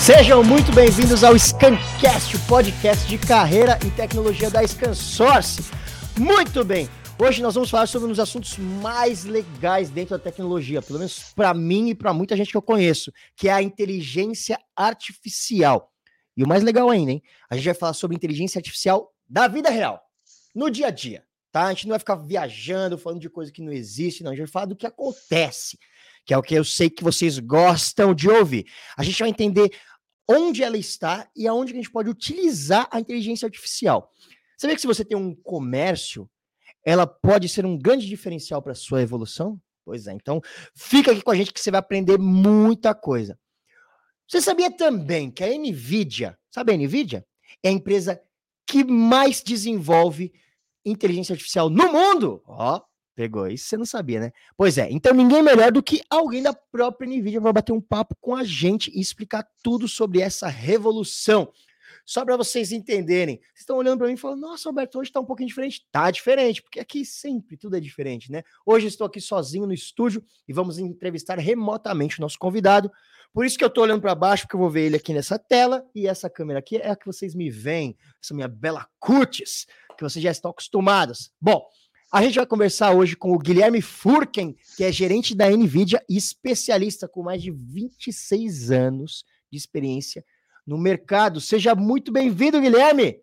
Sejam muito bem-vindos ao Scancast, o podcast de carreira e tecnologia da ScanSource. Muito bem, hoje nós vamos falar sobre um dos assuntos mais legais dentro da tecnologia, pelo menos para mim e para muita gente que eu conheço, que é a inteligência artificial. E o mais legal ainda, hein? A gente vai falar sobre inteligência artificial da vida real, no dia a dia, tá? A gente não vai ficar viajando, falando de coisa que não existe, não. A gente vai falar do que acontece, que é o que eu sei que vocês gostam de ouvir. A gente vai entender onde ela está e aonde a gente pode utilizar a inteligência artificial. Sabia que se você tem um comércio, ela pode ser um grande diferencial para a sua evolução? Pois é, então fica aqui com a gente que você vai aprender muita coisa. Você sabia também que a NVIDIA, sabe a NVIDIA? É a empresa que mais desenvolve inteligência artificial no mundo? Ó, pegou, isso você não sabia, né? Pois é, então ninguém melhor do que alguém da própria NVIDIA vai bater um papo com a gente e explicar tudo sobre essa revolução. Só para vocês entenderem, vocês estão olhando para mim e falando, nossa, Alberto, hoje tá um pouquinho diferente. Tá diferente, porque aqui sempre tudo é diferente, né? Hoje eu estou aqui sozinho no estúdio e vamos entrevistar remotamente o nosso convidado. Por isso que eu tô olhando para baixo, porque eu vou ver ele aqui nessa tela, e essa câmera aqui é a que vocês me veem, essa minha bela cutis, que vocês já estão acostumados. Bom, a gente vai conversar hoje com o Guilherme Furken, que é gerente da NVIDIA e especialista com mais de 26 anos de experiência no mercado. Seja muito bem-vindo, Guilherme!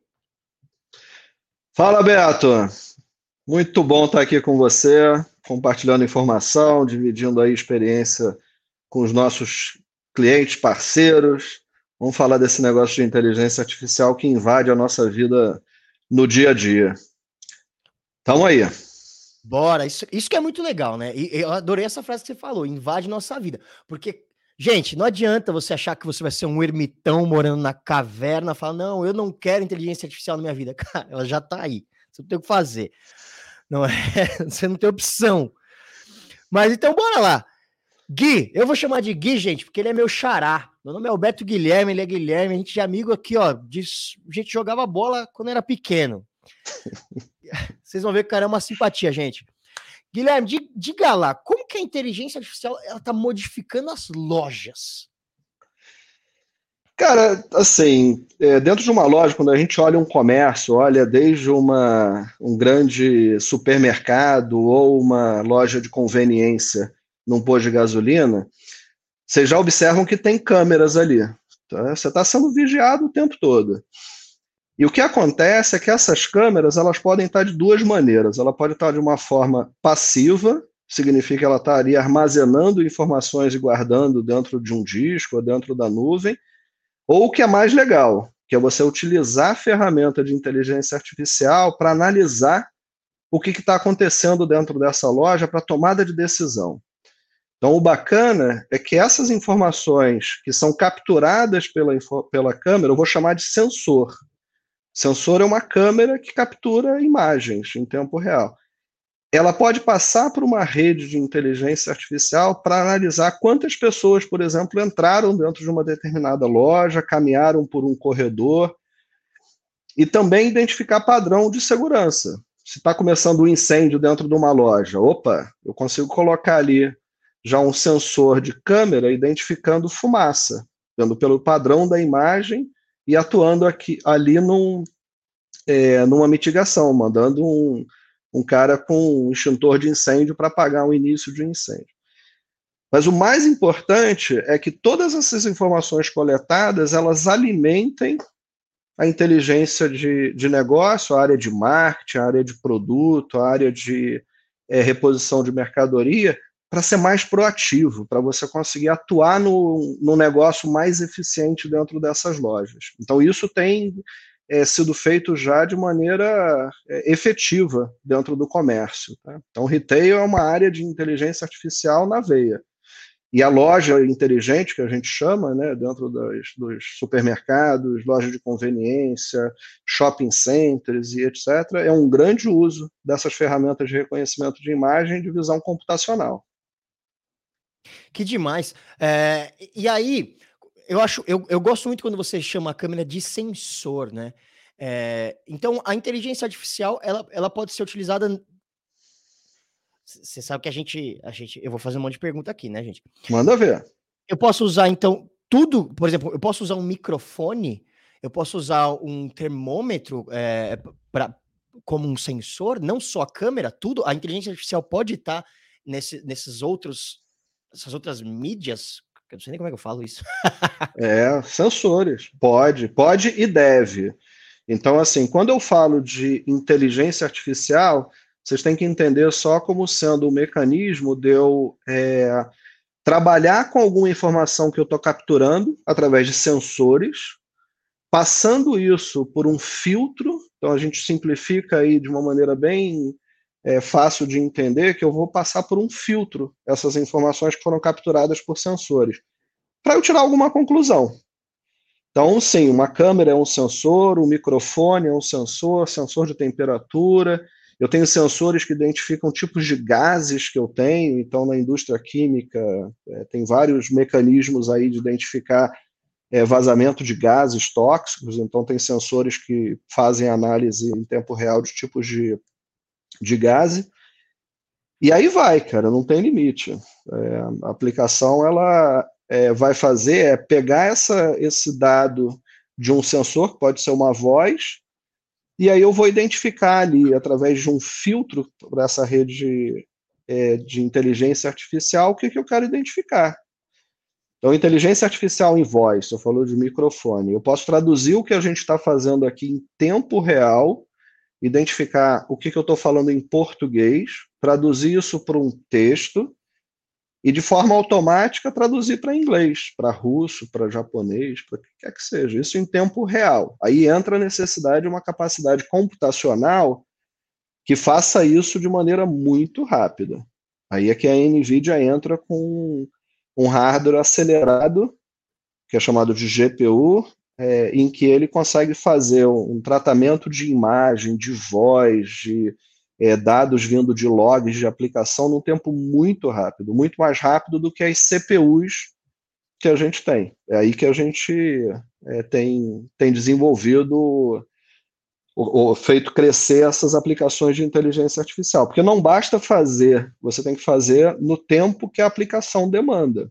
Fala, Beto! Muito bom estar aqui com você, compartilhando informação, dividindo aí experiência com os nossos clientes, parceiros. Vamos falar desse negócio de inteligência artificial que invade a nossa vida no dia a dia. Tamo aí. Bora, isso que é muito legal, né? E eu adorei essa frase que você falou, invade nossa vida. Porque, gente, não adianta você achar que você vai ser um ermitão morando na caverna, falar, não, eu não quero inteligência artificial na minha vida. Cara, ela já tá aí. Você não tem o que fazer. Não é? Você não tem opção. Mas então, bora lá. Gui, eu vou chamar de Gui, gente, porque ele é meu xará. Meu nome é Alberto Guilherme, ele é Guilherme. A gente é amigo aqui, ó. A gente jogava bola quando era pequeno. Vocês vão ver que o cara é uma simpatia, gente. Guilherme, diga lá, como que a inteligência artificial ela tá modificando as lojas? Cara, assim, dentro de uma loja, quando a gente olha um comércio, olha desde um grande supermercado ou uma loja de conveniência num posto de gasolina, vocês já observam que tem câmeras ali. Tá? Você está sendo vigiado o tempo todo. E o que acontece é que essas câmeras elas podem estar de duas maneiras. Ela pode estar de uma forma passiva, significa que ela está ali armazenando informações e guardando dentro de um disco ou dentro da nuvem, ou o que é mais legal, que é você utilizar a ferramenta de inteligência artificial para analisar o que está acontecendo dentro dessa loja para tomada de decisão. Então, o bacana é que essas informações que são capturadas pela câmera, eu vou chamar de sensor. Sensor é uma câmera que captura imagens em tempo real. Ela pode passar por uma rede de inteligência artificial para analisar quantas pessoas, por exemplo, entraram dentro de uma determinada loja, caminharam por um corredor, e também identificar padrão de segurança. Se está começando um incêndio dentro de uma loja, opa, eu consigo colocar ali já um sensor de câmera identificando fumaça, vendo pelo padrão da imagem e atuando ali numa mitigação, mandando um cara com um extintor de incêndio para apagar o início de um incêndio. Mas o mais importante é que todas essas informações coletadas, elas alimentem a inteligência de negócio, a área de marketing, a área de produto, a área de reposição de mercadoria, para ser mais proativo, para você conseguir atuar no negócio mais eficiente dentro dessas lojas. Então, isso tem sido feito já de maneira efetiva dentro do comércio. Tá? Então, retail é uma área de inteligência artificial na veia. E a loja inteligente, que a gente chama, né, dentro dos supermercados, lojas de conveniência, shopping centers e etc., é um grande uso dessas ferramentas de reconhecimento de imagem e de visão computacional. Que demais. E aí, eu gosto muito quando você chama a câmera de sensor, né? Então, a inteligência artificial, ela pode ser utilizada. Você sabe que eu vou fazer um monte de pergunta aqui, né, gente? Manda ver. Eu posso usar, então, tudo, por exemplo, eu posso usar um microfone, eu posso usar um termômetro como um sensor, não só a câmera, tudo, a inteligência artificial pode estar essas outras mídias, eu não sei nem como é que eu falo isso. Sensores. Pode e deve. Então, assim, quando eu falo de inteligência artificial, vocês têm que entender só como sendo um mecanismo de eu trabalhar com alguma informação que eu estou capturando através de sensores, passando isso por um filtro. Então, a gente simplifica aí de uma maneira bem fácil de entender, que eu vou passar por um filtro essas informações que foram capturadas por sensores, para eu tirar alguma conclusão. Então, sim, uma câmera é um sensor, um microfone é um sensor, sensor de temperatura. Eu tenho sensores que identificam tipos de gases que eu tenho. Então, na indústria química, tem vários mecanismos aí de identificar vazamento de gases tóxicos. Então, tem sensores que fazem análise em tempo real de tipos de gás. E aí vai, cara, não tem limite. A aplicação, ela vai fazer pegar esse dado de um sensor, que pode ser uma voz, e aí eu vou identificar ali, através de um filtro para essa rede de inteligência artificial, o que eu quero identificar. Então, inteligência artificial em voz, você falou de microfone, eu posso traduzir o que a gente está fazendo aqui em tempo real, identificar o que eu estou falando em português, traduzir isso para um texto, e de forma automática traduzir para inglês, para russo, para japonês, para o que quer que seja. Isso em tempo real. Aí entra a necessidade de uma capacidade computacional que faça isso de maneira muito rápida. Aí é que a NVIDIA entra com um hardware acelerado, que é chamado de GPU, em que ele consegue fazer um tratamento de imagem, de voz, de dados vindo de logs de aplicação num tempo muito rápido, muito mais rápido do que as CPUs que a gente tem. É aí que a gente tem desenvolvido ou feito crescer essas aplicações de inteligência artificial, porque não basta fazer, você tem que fazer no tempo que a aplicação demanda.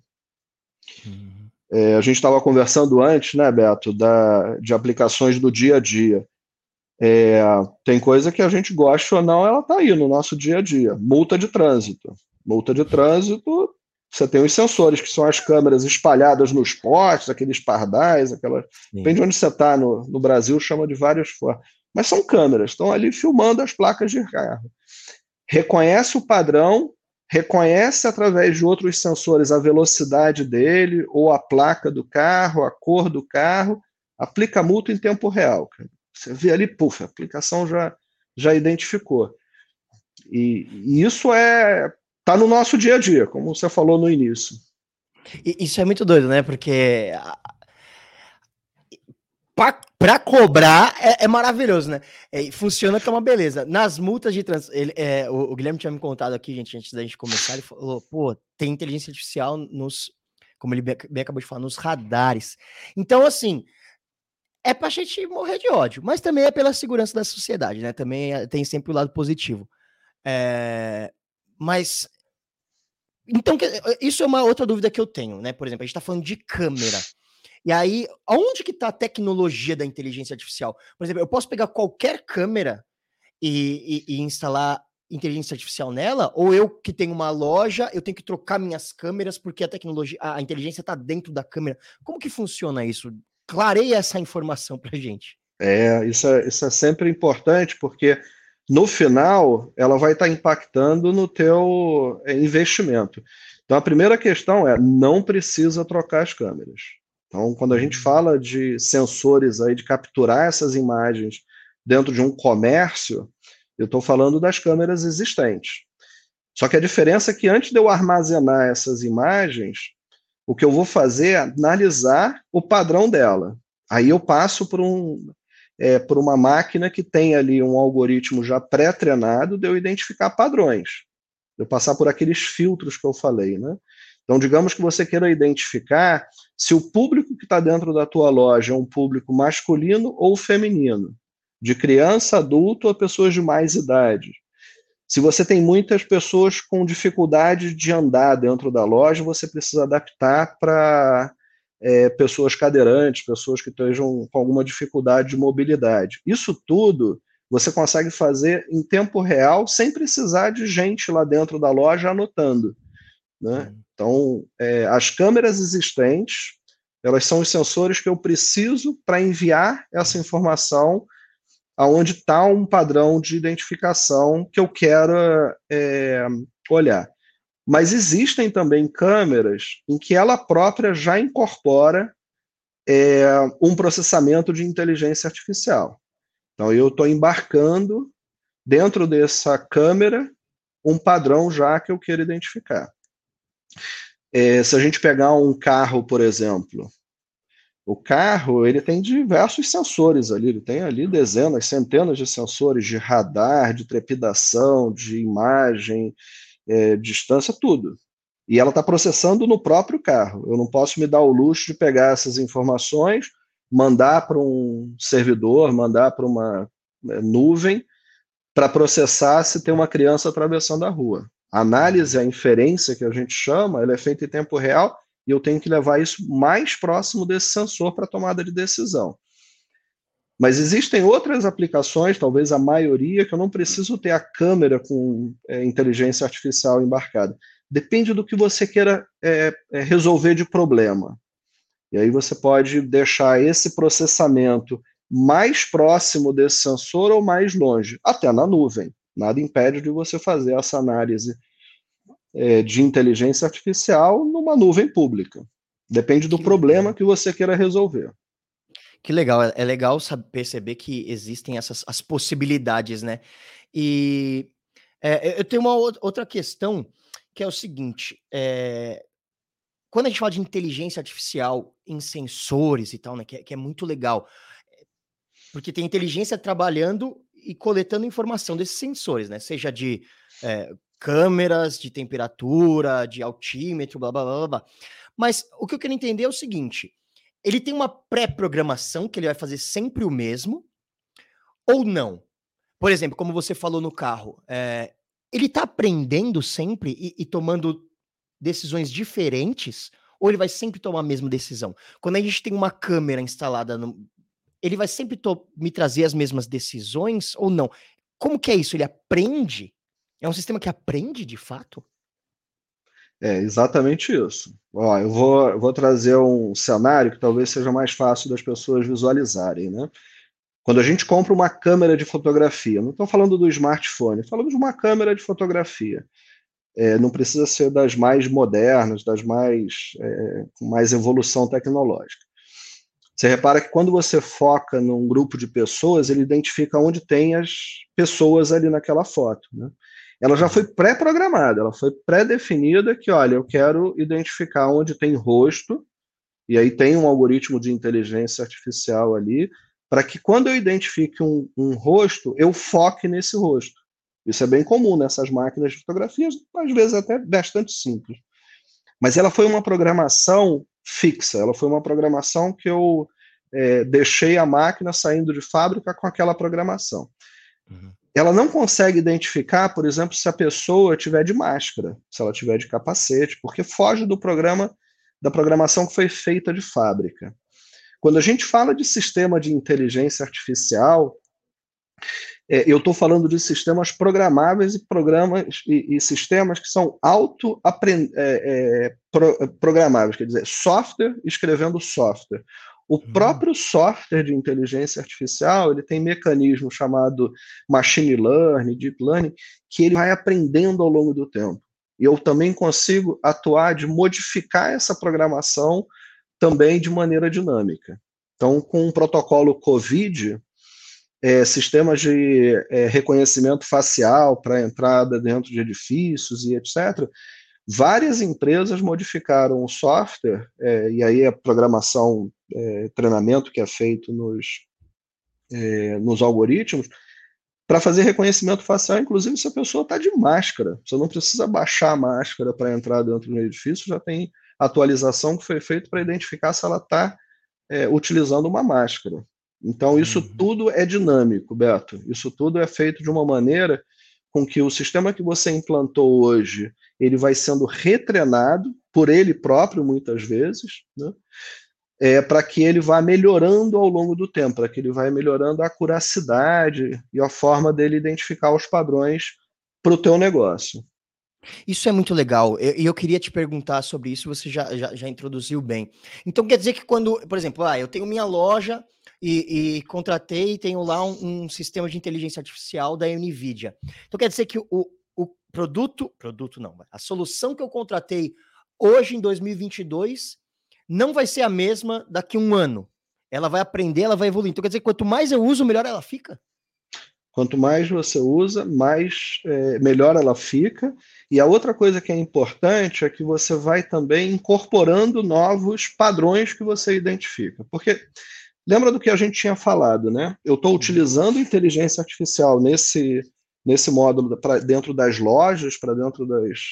A gente estava conversando antes, né, Beto, de aplicações do dia a dia. Tem coisa que a gente gosta ou não, ela está aí no nosso dia a dia. Multa de trânsito. Multa de trânsito, você tem os sensores, que são as câmeras espalhadas nos postes, aqueles pardais, depende de onde você está no Brasil, chama de várias formas. Mas são câmeras, estão ali filmando as placas de carro. Reconhece o padrão, reconhece através de outros sensores a velocidade dele, ou a placa do carro, a cor do carro, aplica multa em tempo real, cara. Você vê ali, puf, a aplicação já identificou. E isso está no nosso dia a dia, como você falou no início. Isso é muito doido, né? Porque para cobrar é maravilhoso, né? Funciona que é uma beleza. Nas multas de trânsito, o Guilherme tinha me contado aqui, gente, antes da gente começar, ele falou, pô, tem inteligência artificial como ele bem acabou de falar, nos radares. Então, assim, é pra gente morrer de ódio, mas também é pela segurança da sociedade, né? Também tem sempre o lado positivo. Mas, então, isso é uma outra dúvida que eu tenho, né? Por exemplo, a gente tá falando de câmera. E aí, onde que tá a tecnologia da inteligência artificial? Por exemplo, eu posso pegar qualquer câmera e instalar inteligência artificial nela? Ou eu que tenho uma loja, eu tenho que trocar minhas câmeras porque a inteligência tá dentro da câmera? Como que funciona isso? Clareia essa informação pra gente. Isso é sempre importante, porque no final ela vai estar impactando no teu investimento. Então a primeira questão não precisa trocar as câmeras. Então, quando a gente fala de sensores aí, de capturar essas imagens dentro de um comércio, eu estou falando das câmeras existentes. Só que a diferença é que antes de eu armazenar essas imagens, o que eu vou fazer é analisar o padrão dela. Aí eu passo por uma máquina que tem ali um algoritmo já pré-treinado de eu identificar padrões. De eu passar por aqueles filtros que eu falei, né? Então, digamos que você queira identificar se o público que está dentro da tua loja é um público masculino ou feminino, de criança, adulto ou pessoas de mais idade. Se você tem muitas pessoas com dificuldade de andar dentro da loja, você precisa adaptar para pessoas cadeirantes, pessoas que estejam com alguma dificuldade de mobilidade. Isso tudo você consegue fazer em tempo real, sem precisar de gente lá dentro da loja anotando, né? Então, as câmeras existentes, elas são os sensores que eu preciso para enviar essa informação aonde está um padrão de identificação que eu quero olhar. Mas existem também câmeras em que ela própria já incorpora um processamento de inteligência artificial. Então, eu estou embarcando dentro dessa câmera um padrão já que eu quero identificar. Se a gente pegar um carro, por exemplo, o carro ele tem diversos sensores ali, ele tem ali dezenas, centenas de sensores de radar, de trepidação, de imagem, distância, tudo. E ela está processando no próprio carro. Eu não posso me dar o luxo de pegar essas informações, mandar para um servidor, mandar para uma nuvem, para processar se tem uma criança atravessando a rua. A análise, a inferência que a gente chama, ela é feita em tempo real e eu tenho que levar isso mais próximo desse sensor para tomada de decisão. Mas existem outras aplicações, talvez a maioria, que eu não preciso ter a câmera com inteligência artificial embarcada. Depende do que você queira resolver de problema. E aí você pode deixar esse processamento mais próximo desse sensor ou mais longe, até na nuvem. Nada impede de você fazer essa análise de inteligência artificial numa nuvem pública. Depende do problema que você queira resolver. Que legal, é legal perceber que existem as possibilidades, né? E eu tenho uma outra questão, que é o seguinte, quando a gente fala de inteligência artificial em sensores e tal, né, que é muito legal, porque tem inteligência trabalhando e coletando informação desses sensores, né? Seja de câmeras, de temperatura, de altímetro, blá, blá, blá, blá. Mas o que eu quero entender é o seguinte, ele tem uma pré-programação que ele vai fazer sempre o mesmo, ou não? Por exemplo, como você falou no carro, ele está aprendendo sempre e tomando decisões diferentes, ou ele vai sempre tomar a mesma decisão? Quando a gente tem uma câmera instalada, ele vai sempre me trazer as mesmas decisões, ou não? Como que é isso? Ele aprende? É um sistema que aprende de fato? É exatamente isso. Ó, eu vou trazer um cenário que talvez seja mais fácil das pessoas visualizarem, né? Quando a gente compra uma câmera de fotografia, não estou falando do smartphone, falamos de uma câmera de fotografia. Não precisa ser das mais modernas, das com mais evolução tecnológica. Você repara que quando você foca num grupo de pessoas, ele identifica onde tem as pessoas ali naquela foto, né? Ela já foi pré-programada, ela foi pré-definida que, olha, eu quero identificar onde tem rosto, e aí tem um algoritmo de inteligência artificial ali, para que quando eu identifique um rosto, eu foque nesse rosto. Isso é bem comum nessas máquinas de fotografias, às vezes até bastante simples. Mas ela foi uma programação fixa, ela foi uma programação que eu deixei a máquina saindo de fábrica com aquela programação. Uhum. Ela não consegue identificar, por exemplo, se a pessoa tiver de máscara, se ela tiver de capacete, porque foge do programa, da programação que foi feita de fábrica. Quando a gente fala de sistema de inteligência artificial, eu estou falando de sistemas programáveis e sistemas que são programáveis, quer dizer, software escrevendo software. O próprio software de inteligência artificial, ele tem mecanismo chamado machine learning, deep learning, que ele vai aprendendo ao longo do tempo. E eu também consigo atuar de modificar essa programação também de maneira dinâmica. Então, com o protocolo COVID, sistemas de reconhecimento facial para entrada dentro de edifícios e etc., várias empresas modificaram o software, e aí a programação, treinamento que é feito nos algoritmos, para fazer reconhecimento facial, inclusive se a pessoa está de máscara. Você não precisa baixar a máscara para entrar dentro do edifício, já tem atualização que foi feita para identificar se ela está utilizando uma máscara. Então, isso tudo é dinâmico, Beto. Isso tudo é feito de uma maneira com que o sistema que você implantou hoje, ele vai sendo retreinado por ele próprio, muitas vezes, né? para que ele vá melhorando ao longo do tempo, para que ele vá melhorando a acuracidade e a forma dele identificar os padrões para o teu negócio. Isso é muito legal. E eu queria te perguntar sobre isso, você já introduziu bem. Então quer dizer que quando, por exemplo, eu tenho minha loja e contratei e tenho lá um sistema de inteligência artificial da NVIDIA. Então quer dizer que o produto não, a solução que eu contratei hoje em 2022 não vai ser a mesma daqui a um ano. Ela vai aprender, ela vai evoluir. Então quer dizer que quanto mais eu uso, melhor ela fica? Quanto mais você usa, melhor ela fica. E a outra coisa que é importante é que você vai também incorporando novos padrões que você identifica. Porque lembra do que a gente tinha falado, né? Eu estou utilizando inteligência artificial nesse módulo para dentro das lojas, para dentro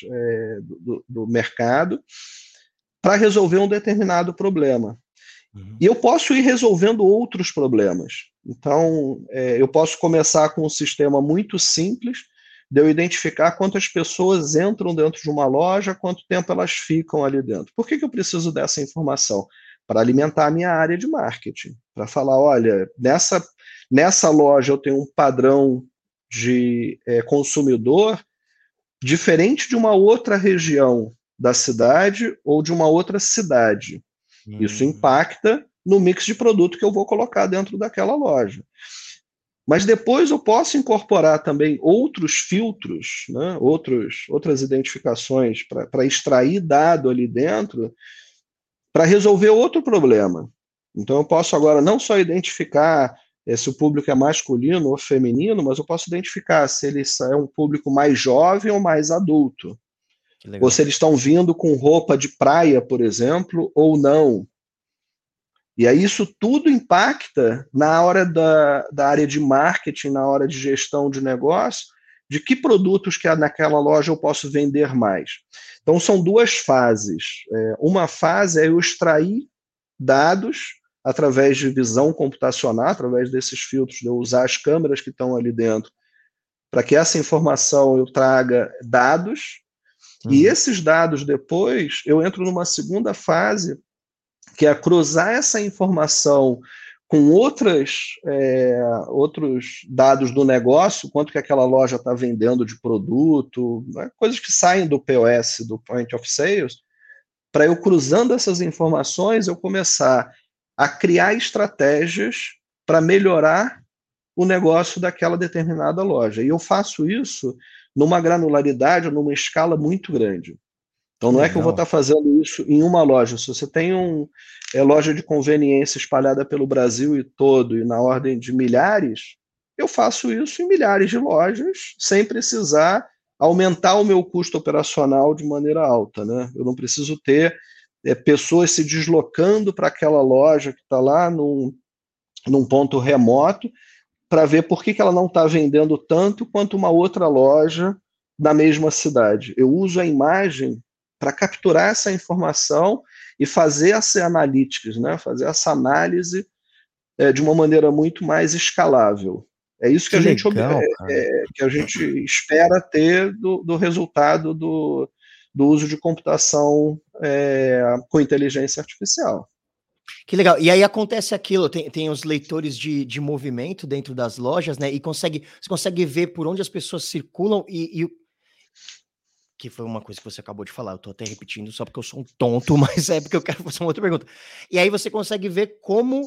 do mercado, para resolver um determinado problema. E eu posso ir resolvendo outros problemas. Então, eu posso começar com um sistema muito simples, de eu identificar quantas pessoas entram dentro de uma loja, quanto tempo elas ficam ali dentro. Por que eu preciso dessa informação? Para alimentar a minha área de marketing. Para falar, olha, nessa loja eu tenho um padrão de consumidor diferente de uma outra região da cidade ou de uma outra cidade. Isso impacta no mix de produto que eu vou colocar dentro daquela loja. Mas depois eu posso incorporar também outros filtros, né, outras identificações para extrair dado ali dentro para resolver outro problema. Então eu posso agora não só identificar se o público é masculino ou feminino, mas eu posso identificar se ele é um público mais jovem ou mais adulto. Ou se eles estão vindo com roupa de praia, por exemplo, ou não. E aí isso tudo impacta na hora da área de marketing, na hora de gestão de negócio, de que produtos que naquela loja eu posso vender mais. Então são duas fases. Uma fase é eu extrair dados através de visão computacional, através desses filtros, de eu usar as câmeras que estão ali dentro, para que essa informação eu traga dados, e esses dados depois eu entro numa segunda fase, que é cruzar essa informação com outros dados do negócio, quanto que aquela loja está vendendo de produto, né, coisas que saem do POS, do Point of Sales, para eu cruzando essas informações, eu começar a criar estratégias para melhorar o negócio daquela determinada loja. E eu faço isso numa granularidade, numa escala muito grande. Então não é que eu vou estar fazendo isso em uma loja. Se você tem loja de conveniência espalhada pelo Brasil todo e na ordem de milhares, eu faço isso em milhares de lojas sem precisar aumentar o meu custo operacional de maneira alta, né? Eu não preciso ter pessoas se deslocando para aquela loja que está lá num ponto remoto para ver por que ela não está vendendo tanto quanto uma outra loja da mesma cidade. Eu uso a imagem para capturar essa informação e fazer essa analytics, né? Fazer essa análise de uma maneira muito mais escalável. É isso que a gente espera ter do resultado do uso de computação com inteligência artificial. Que legal. E aí acontece aquilo, tem os leitores de movimento dentro das lojas, né? E você consegue ver por onde as pessoas circulam que foi uma coisa que você acabou de falar, eu tô até repetindo só porque eu sou um tonto, mas é porque eu quero fazer uma outra pergunta. E aí você consegue ver como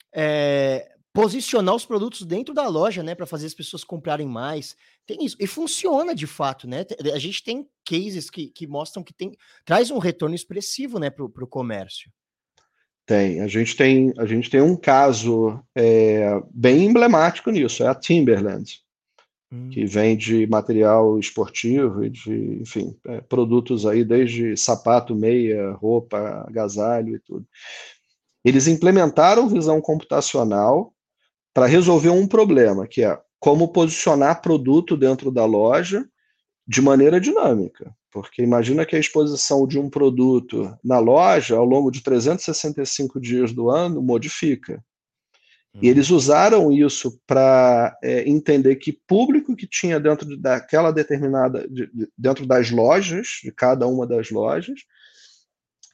posicionar os produtos dentro da loja, né, para fazer as pessoas comprarem mais. Tem isso, e funciona de fato, né? A gente tem cases que mostram que traz um retorno expressivo, né, pro comércio. Tem, a gente tem um caso bem emblemático nisso, é a Timberland, que vende material esportivo e de, enfim, produtos aí desde sapato, meia, roupa, agasalho e tudo. Eles implementaram visão computacional para resolver um problema, que é como posicionar produto dentro da loja de maneira dinâmica. Porque imagina que a exposição de um produto na loja, ao longo de 365 dias do ano, modifica. E eles usaram isso para entender que público que tinha dentro daquela determinada, dentro das lojas, de cada uma das lojas,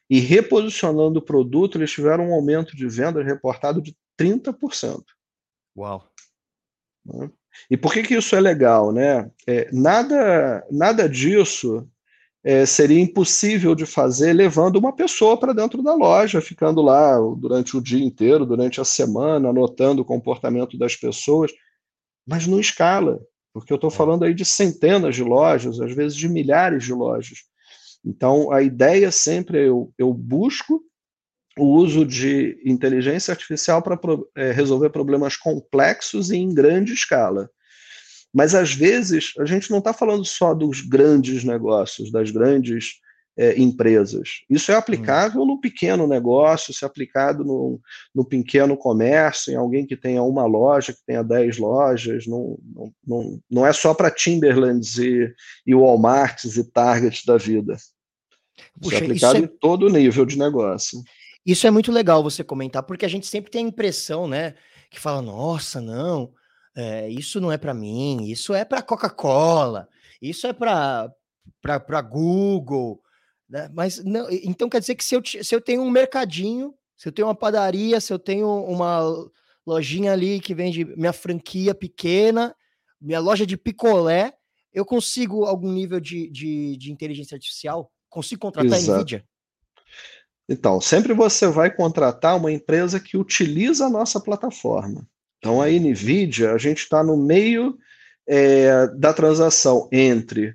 e reposicionando o produto, eles tiveram um aumento de vendas reportado de 30%. Uau. Né? E por que isso é legal, né? Nada disso seria impossível de fazer levando uma pessoa para dentro da loja, ficando lá durante o dia inteiro, durante a semana, anotando o comportamento das pessoas, mas não escala, porque eu estou falando aí de centenas de lojas, às vezes de milhares de lojas. Então, a ideia sempre é eu busco o uso de inteligência artificial para resolver problemas complexos e em grande escala. Mas, às vezes, a gente não está falando só dos grandes negócios, das grandes empresas. Isso é aplicável no pequeno negócio, isso é aplicado no pequeno comércio, em alguém que tenha uma loja, que tenha 10 lojas. Não é só para Timberlands e Walmarts e Targets da vida. Isso é Puxa, aplicado em todo nível de negócio. Isso é muito legal você comentar, porque a gente sempre tem a impressão, né, que fala, nossa, não, isso não é para mim, isso é para Coca-Cola, isso é para Google, né? Mas não, então quer dizer que se eu tenho um mercadinho, se eu tenho uma padaria, se eu tenho uma lojinha ali que vende minha franquia pequena, minha loja de picolé, eu consigo algum nível de inteligência artificial? Consigo contratar a Exato. NVIDIA? Então, sempre você vai contratar uma empresa que utiliza a nossa plataforma. Então, a NVIDIA, a gente está no meio da transação entre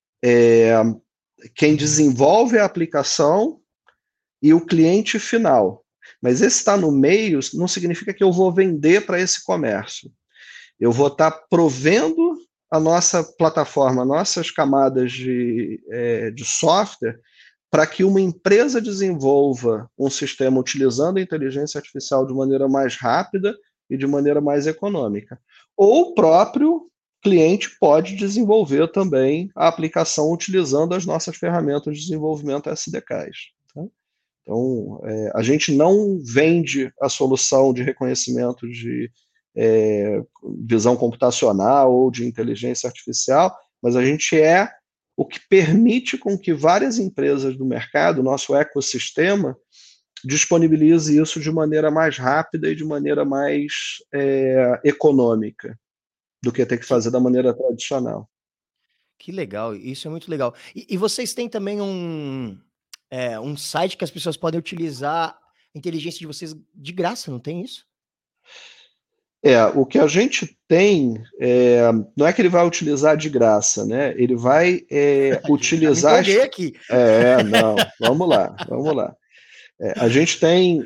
quem desenvolve a aplicação e o cliente final. Mas esse estar no meio não significa que eu vou vender para esse comércio. Eu vou estar provendo a nossa plataforma, nossas camadas de software, para que uma empresa desenvolva um sistema utilizando a inteligência artificial de maneira mais rápida e de maneira mais econômica. Ou o próprio cliente pode desenvolver também a aplicação utilizando as nossas ferramentas de desenvolvimento SDKs. Tá? Então, a gente não vende a solução de reconhecimento de visão computacional ou de inteligência artificial, mas a gente é o que permite com que várias empresas do mercado, nosso ecossistema, disponibilize isso de maneira mais rápida e de maneira mais econômica do que ter que fazer da maneira tradicional. Que legal, isso é muito legal. E vocês têm também um site que as pessoas podem utilizar a inteligência de vocês de graça, não tem isso? O que a gente tem, não é que ele vai utilizar de graça, né? Ele vai utilizar... Já me empolguei aqui. Não, vamos lá. A gente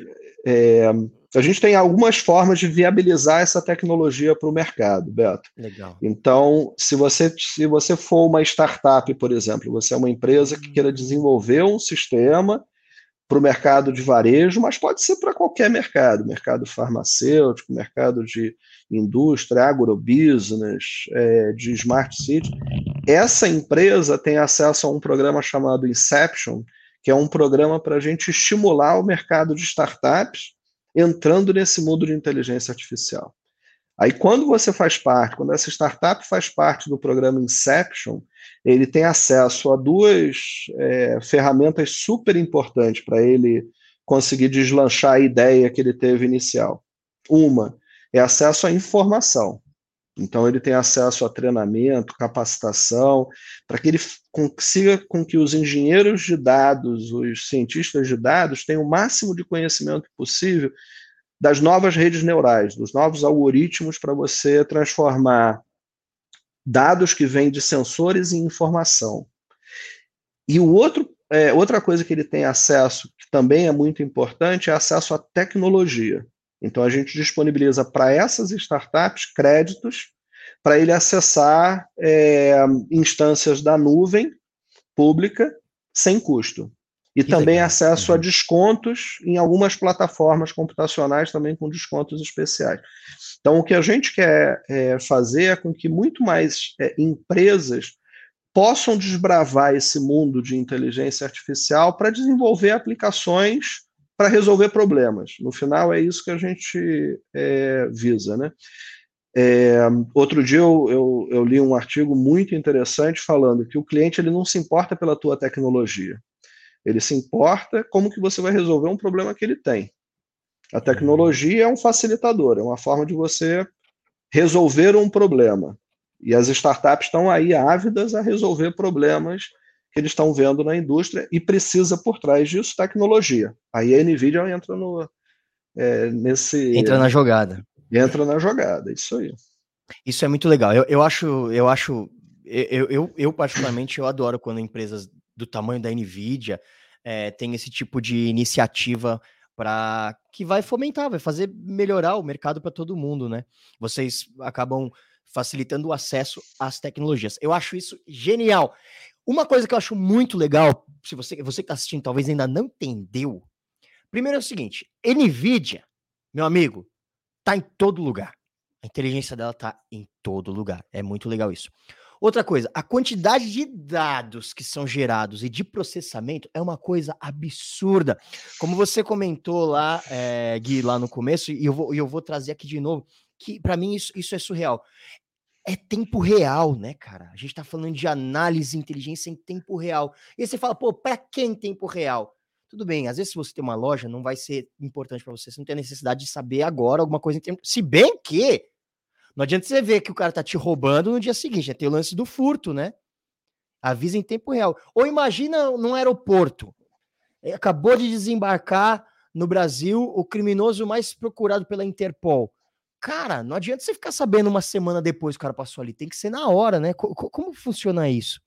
tem algumas formas de viabilizar essa tecnologia para o mercado, Beto. Legal. Então, se você for uma startup, por exemplo, você é uma empresa que queira desenvolver um sistema para o mercado de varejo, mas pode ser para qualquer mercado farmacêutico, mercado de indústria, agrobusiness, de smart city. Essa empresa tem acesso a um programa chamado Inception, que é um programa para a gente estimular o mercado de startups entrando nesse mundo de inteligência artificial. Aí, quando essa startup faz parte do programa Inception, ele tem acesso a duas ferramentas super importantes para ele conseguir deslanchar a ideia que ele teve inicial. Uma é acesso à informação. Então, ele tem acesso a treinamento, capacitação, para que ele consiga com que os engenheiros de dados, os cientistas de dados, tenham o máximo de conhecimento possível das novas redes neurais, dos novos algoritmos para você transformar dados que vêm de sensores em informação. E outra coisa que ele tem acesso, que também é muito importante, é acesso à tecnologia. Então, a gente disponibiliza para essas startups créditos para ele acessar instâncias da nuvem pública sem custo. E que também legal. Acesso a descontos em algumas plataformas computacionais também com descontos especiais. Então, o que a gente quer fazer é com que muito mais empresas possam desbravar esse mundo de inteligência artificial para desenvolver aplicações para resolver problemas. No final, é isso que a gente visa, né? Outro dia eu li um artigo muito interessante falando que o cliente ele não se importa pela tua tecnologia. Ele se importa como que você vai resolver um problema que ele tem. A tecnologia é um facilitador, é uma forma de você resolver um problema. E as startups estão aí ávidas a resolver problemas que eles estão vendo na indústria e precisa por trás disso tecnologia. Aí a NVIDIA entra Entra na jogada. Entra na jogada, isso aí. Isso é muito legal. Eu particularmente, eu adoro quando empresas do tamanho da NVIDIA têm esse tipo de iniciativa para que vai fomentar, vai fazer melhorar o mercado para todo mundo, né? Vocês acabam facilitando o acesso às tecnologias. Eu acho isso genial. Uma coisa que eu acho muito legal, se você que está assistindo talvez ainda não entendeu, primeiro é o seguinte, NVIDIA, meu amigo, tá em todo lugar. A inteligência dela tá em todo lugar. É muito legal isso. Outra coisa, a quantidade de dados que são gerados e de processamento é uma coisa absurda. Como você comentou lá, Gui, lá no começo, e eu vou trazer aqui de novo, que para mim isso é surreal. É tempo real, né, cara? A gente tá falando de análise e inteligência em tempo real. E aí você fala, pô, pra que em tempo real? Tudo bem, às vezes se você tem uma loja, não vai ser importante para você, você não tem a necessidade de saber agora alguma coisa em tempo. Se bem que não adianta você ver que o cara tá te roubando no dia seguinte, tem o lance do furto, né? Avisa em tempo real. Ou imagina num aeroporto, acabou de desembarcar no Brasil o criminoso mais procurado pela Interpol. Cara, não adianta você ficar sabendo uma semana depois que o cara passou ali, tem que ser na hora, né? Como funciona isso?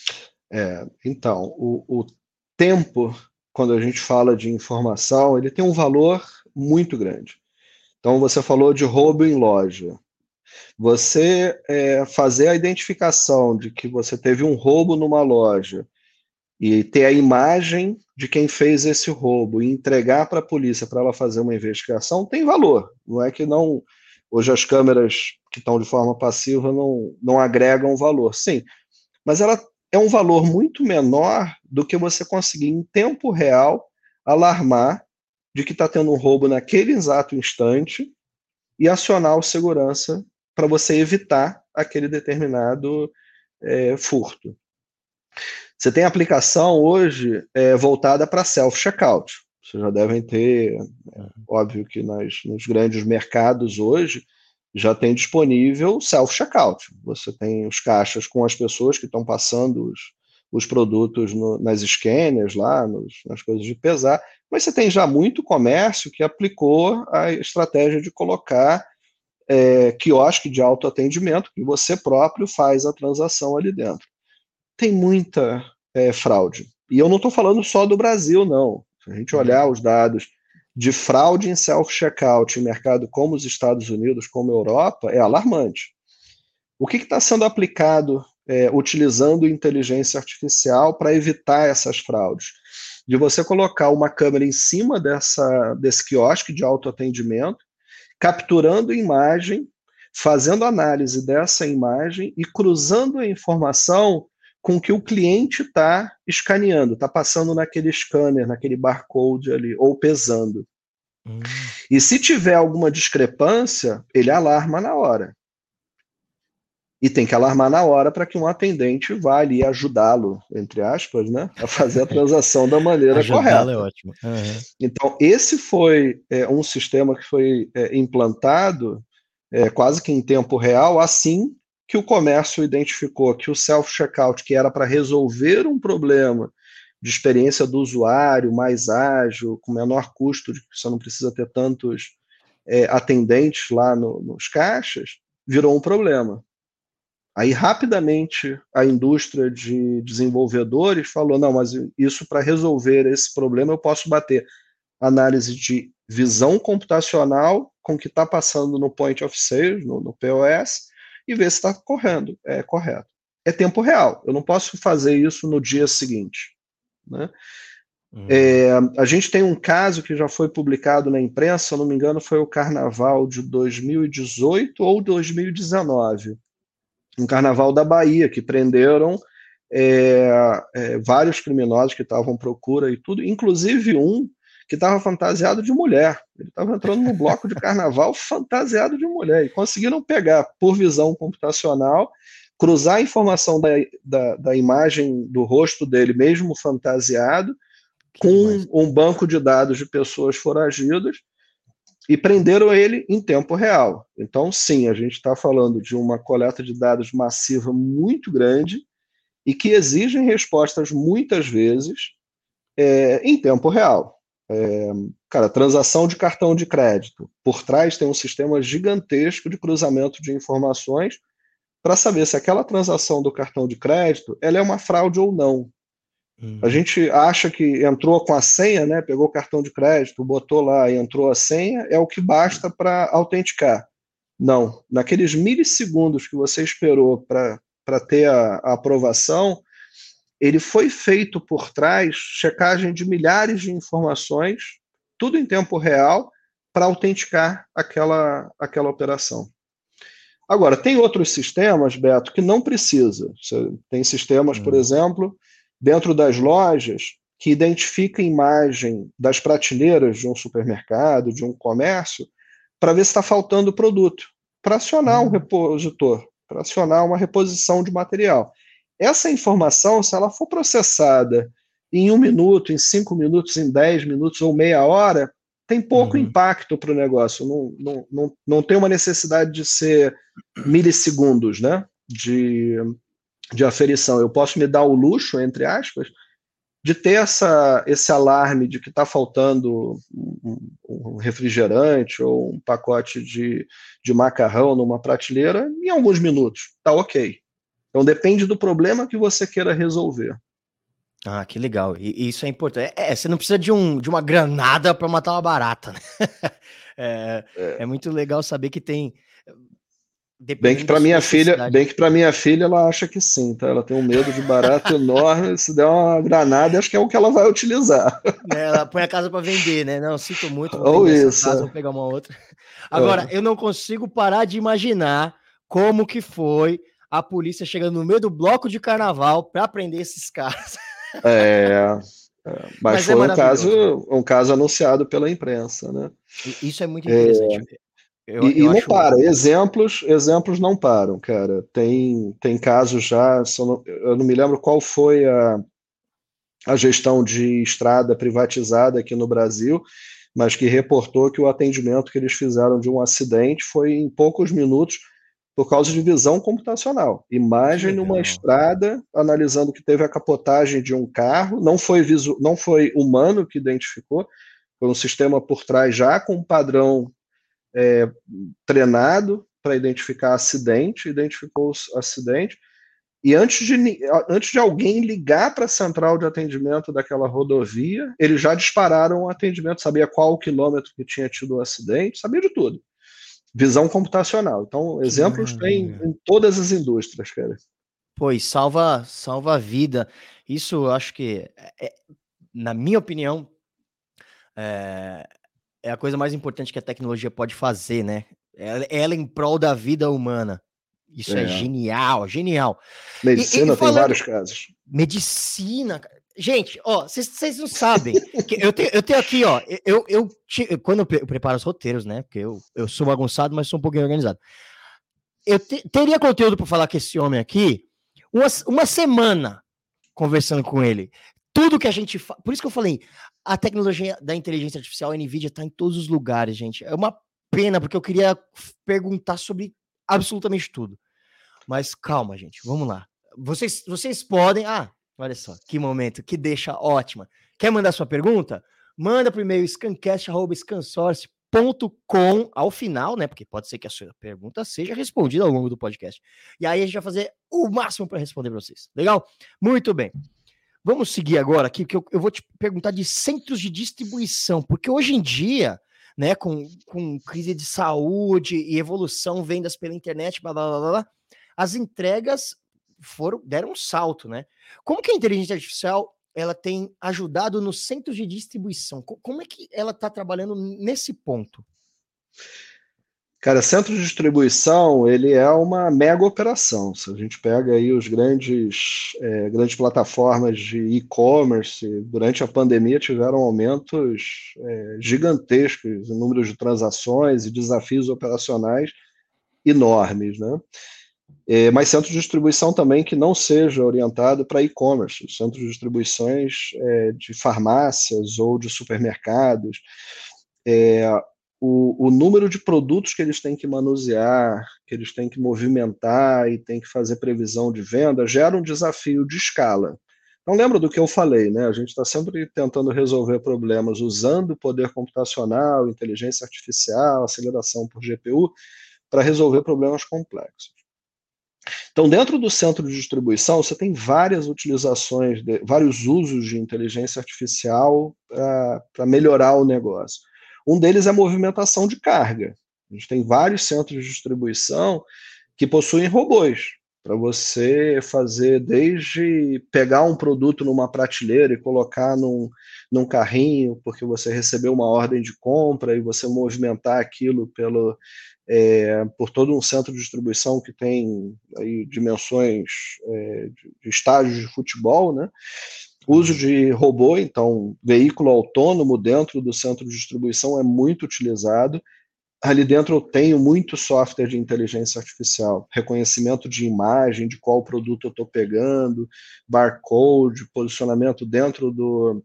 Então, o tempo, quando a gente fala de informação, ele tem um valor muito grande. Então, você falou de roubo em loja. Você fazer a identificação de que você teve um roubo numa loja e ter a imagem de quem fez esse roubo e entregar para a polícia para ela fazer uma investigação tem valor. Não é que não. Hoje as câmeras que estão de forma passiva não agregam valor. Sim, mas ela é um valor muito menor do que você conseguir em tempo real alarmar de que está tendo um roubo naquele exato instante e acionar o segurança para você evitar aquele determinado furto. Você tem aplicação hoje voltada para self-checkout. Vocês já devem ter, óbvio que nos grandes mercados hoje já tem disponível self-checkout. Você tem os caixas com as pessoas que estão passando os produtos nas scanners lá, nas coisas de pesar, mas você tem já muito comércio que aplicou a estratégia de colocar quiosque de autoatendimento, que você próprio faz a transação ali dentro. Tem muita fraude. E eu não estou falando só do Brasil, não. Se a gente olhar os dados de fraude em self-checkout em mercado como os Estados Unidos, como a Europa, é alarmante. O que está sendo aplicado utilizando inteligência artificial para evitar essas fraudes? De você colocar uma câmera em cima desse quiosque de autoatendimento, capturando imagem, fazendo análise dessa imagem e cruzando a informação com o que o cliente está escaneando, está passando naquele scanner, naquele barcode ali, ou pesando. E se tiver alguma discrepância, ele alarma na hora. E tem que alarmar na hora para que um atendente vá ali ajudá-lo, entre aspas, né, a fazer a transação da maneira correta. É ótimo. Uhum. Então, esse foi um sistema que foi implantado quase que em tempo real, assim que o comércio identificou que o self-checkout, que era para resolver um problema de experiência do usuário, mais ágil, com menor custo, de que você não precisa ter tantos atendentes lá nos caixas, virou um problema. Aí, rapidamente, a indústria de desenvolvedores falou, não, mas isso para resolver esse problema eu posso bater análise de visão computacional com o que está passando no point of sale, no POS, e ver se está correto. É tempo real, eu não posso fazer isso no dia seguinte. Né? A gente tem um caso que já foi publicado na imprensa, se eu não me engano, foi o Carnaval de 2018 ou 2019. Um carnaval da Bahia, que prenderam vários criminosos que estavam à procura e tudo, inclusive um que estava fantasiado de mulher. Ele estava entrando no bloco de carnaval fantasiado de mulher. E conseguiram pegar, por visão computacional, cruzar a informação da imagem do rosto dele, mesmo fantasiado, com um banco de dados de pessoas foragidas e prenderam ele em tempo real. Então, sim, a gente está falando de uma coleta de dados massiva muito grande e que exigem respostas muitas vezes em tempo real. Cara, transação de cartão de crédito. Por trás tem um sistema gigantesco de cruzamento de informações para saber se aquela transação do cartão de crédito ela é uma fraude ou não. A gente acha que entrou com a senha, né? Pegou o cartão de crédito, botou lá e entrou a senha, é o que basta para autenticar. Não, naqueles milissegundos que você esperou para ter a aprovação, ele foi feito por trás checagem de milhares de informações, tudo em tempo real, para autenticar aquela operação. Agora, tem outros sistemas, Beto, que não precisa. Você tem sistemas, por exemplo, dentro das lojas, que identifica a imagem das prateleiras de um supermercado, de um comércio, para ver se está faltando produto, para acionar um repositor, para acionar uma reposição de material. Essa informação, se ela for processada em 1 minuto, em 5 minutos, em 10 minutos ou meia hora, tem pouco impacto para o negócio. Não tem uma necessidade de ser milissegundos, né, de aferição. Eu posso me dar o luxo, entre aspas, de ter esse alarme de que está faltando um refrigerante ou um pacote de macarrão numa prateleira em alguns minutos. Tá ok. Então depende do problema que você queira resolver. Ah, que legal. E isso é importante. Você não precisa de uma granada para matar uma barata, né? É muito legal saber que tem. Bem que para minha filha, ela acha que sim, tá? Ela tem um medo de barata enorme. Se der uma granada, acho que é o que ela vai utilizar. Ela põe a casa para vender, né? Não, sinto muito, vou Ou vender isso, essa casa, vou pegar uma outra. Agora, eu não consigo parar de imaginar como que foi a polícia chegando no meio do bloco de carnaval para prender esses caras. Mas foi um caso anunciado pela imprensa, né? Isso é muito interessante. E não para, exemplos não param, cara. Tem casos já, eu não me lembro qual foi a gestão de estrada privatizada aqui no Brasil, mas que reportou que o atendimento que eles fizeram de um acidente foi em poucos minutos por causa de visão computacional. Imagem numa estrada, analisando que teve a capotagem de um carro, não foi humano que identificou, foi um sistema por trás já com um padrão treinado para identificar acidente, identificou o acidente, e antes de alguém ligar para a central de atendimento daquela rodovia, eles já dispararam o atendimento, sabia qual o quilômetro que tinha tido o acidente, sabia de tudo. Visão computacional. Então, exemplos tem em todas as indústrias, cara. Pois, salva a vida. Isso eu acho que, na minha opinião, é a coisa mais importante que a tecnologia pode fazer, né? Ela em prol da vida humana. Isso é genial, genial. Medicina tem vários casos. Medicina. Gente, ó, vocês não sabem. Que eu tenho aqui, ó. Quando eu preparo os roteiros, né? Porque eu sou bagunçado, mas sou um pouquinho organizado. Eu teria conteúdo para falar com esse homem aqui uma semana conversando com ele. Tudo que a gente faz. Por isso que eu falei, a tecnologia da inteligência artificial, a NVIDIA, está em todos os lugares, gente. É uma pena, porque eu queria perguntar sobre absolutamente tudo. Mas calma, gente, vamos lá. Vocês podem. Olha só, que momento, que deixa ótima. Quer mandar sua pergunta? Manda por e-mail scancast@scansource.com ao final, né? Porque pode ser que a sua pergunta seja respondida ao longo do podcast. E aí a gente vai fazer o máximo para responder para vocês. Legal? Muito bem. Vamos seguir agora aqui, porque eu vou te perguntar de centros de distribuição, porque hoje em dia, né, com crise de saúde e evolução, vendas pela internet, blá, blá, blá, blá, as entregas deram um salto, né? Como que a inteligência artificial ela tem ajudado nos centros de distribuição? Como é que ela está trabalhando nesse ponto? Cara, centro de distribuição, ele é uma mega operação. Se a gente pega aí os grandes plataformas de e-commerce, durante a pandemia tiveram aumentos gigantescos em número de transações e desafios operacionais enormes, né? Mas centro de distribuição também que não seja orientado para e-commerce, centros de distribuições de farmácias ou de supermercados. O número de produtos que eles têm que manusear, que eles têm que movimentar e têm que fazer previsão de venda, gera um desafio de escala. Então, lembra do que eu falei, né? A gente está sempre tentando resolver problemas usando poder computacional, inteligência artificial, aceleração por GPU, para resolver problemas complexos. Então, dentro do centro de distribuição, você tem várias utilizações, vários usos de inteligência artificial para melhorar o negócio. Um deles é a movimentação de carga. A gente tem vários centros de distribuição que possuem robôs, para você fazer desde pegar um produto numa prateleira e colocar num carrinho, porque você recebeu uma ordem de compra, e você movimentar aquilo por todo um centro de distribuição que tem aí dimensões de estádios de futebol, né? Uso de robô, então, veículo autônomo dentro do centro de distribuição é muito utilizado. Ali dentro eu tenho muito software de inteligência artificial, reconhecimento de imagem, de qual produto eu estou pegando, barcode, posicionamento dentro do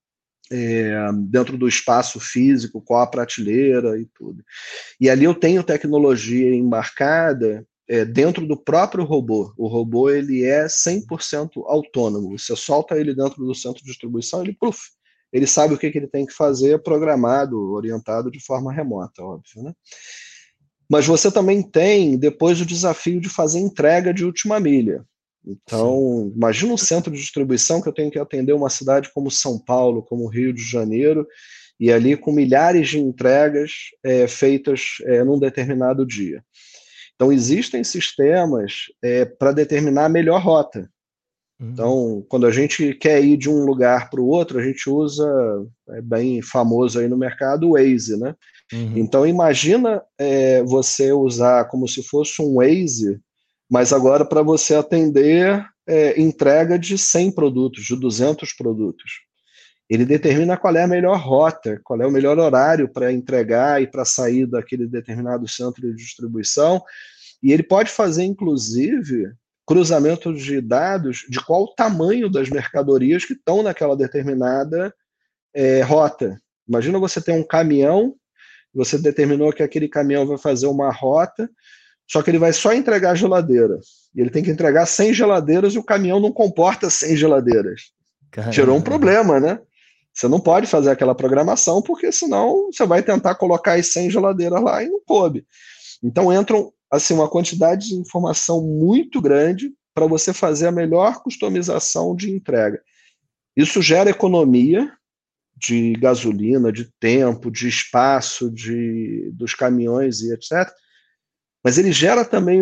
espaço físico, qual a prateleira e tudo. E ali eu tenho tecnologia embarcada dentro do próprio robô. O robô ele é 100% autônomo. Você solta ele dentro do centro de distribuição, ele sabe o que ele tem que fazer, programado, orientado de forma remota, óbvio, né? Mas você também tem depois o desafio de fazer entrega de última milha. Então, imagina um centro de distribuição que eu tenho que atender uma cidade como São Paulo, como Rio de Janeiro, e ali com milhares de entregas feitas num determinado dia. Então, existem sistemas para determinar a melhor rota. Então, quando a gente quer ir de um lugar para o outro, a gente usa, bem famoso aí no mercado, o Waze, né? Então, imagina você usar como se fosse um Waze, mas agora para você atender entrega de 100 produtos, de 200 produtos. Ele determina qual é a melhor rota, qual é o melhor horário para entregar e para sair daquele determinado centro de distribuição, e ele pode fazer, inclusive, cruzamento de dados de qual o tamanho das mercadorias que estão naquela determinada rota. Imagina você ter um caminhão, você determinou que aquele caminhão vai fazer uma rota, só que ele vai só entregar geladeira. E ele tem que entregar 100 geladeiras e o caminhão não comporta 100 geladeiras. Caramba. Gerou um problema, né? Você não pode fazer aquela programação, porque senão você vai tentar colocar as 100 geladeiras lá e não coube. Então entram assim, uma quantidade de informação muito grande para você fazer a melhor customização de entrega. Isso gera economia de gasolina, de tempo, de espaço, dos caminhões e etc. Mas ele gera também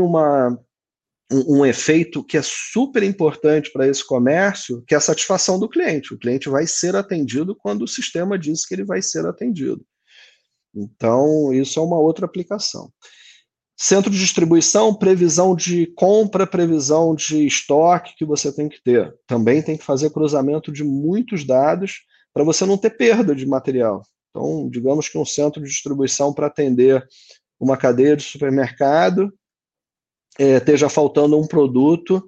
um efeito que é super importante para esse comércio, que é a satisfação do cliente. O cliente vai ser atendido quando o sistema diz que ele vai ser atendido. Então, isso é uma outra aplicação. Centro de distribuição, previsão de compra, previsão de estoque que você tem que ter. Também tem que fazer cruzamento de muitos dados para você não ter perda de material. Então, digamos que um centro de distribuição para atender uma cadeia de supermercado esteja faltando um produto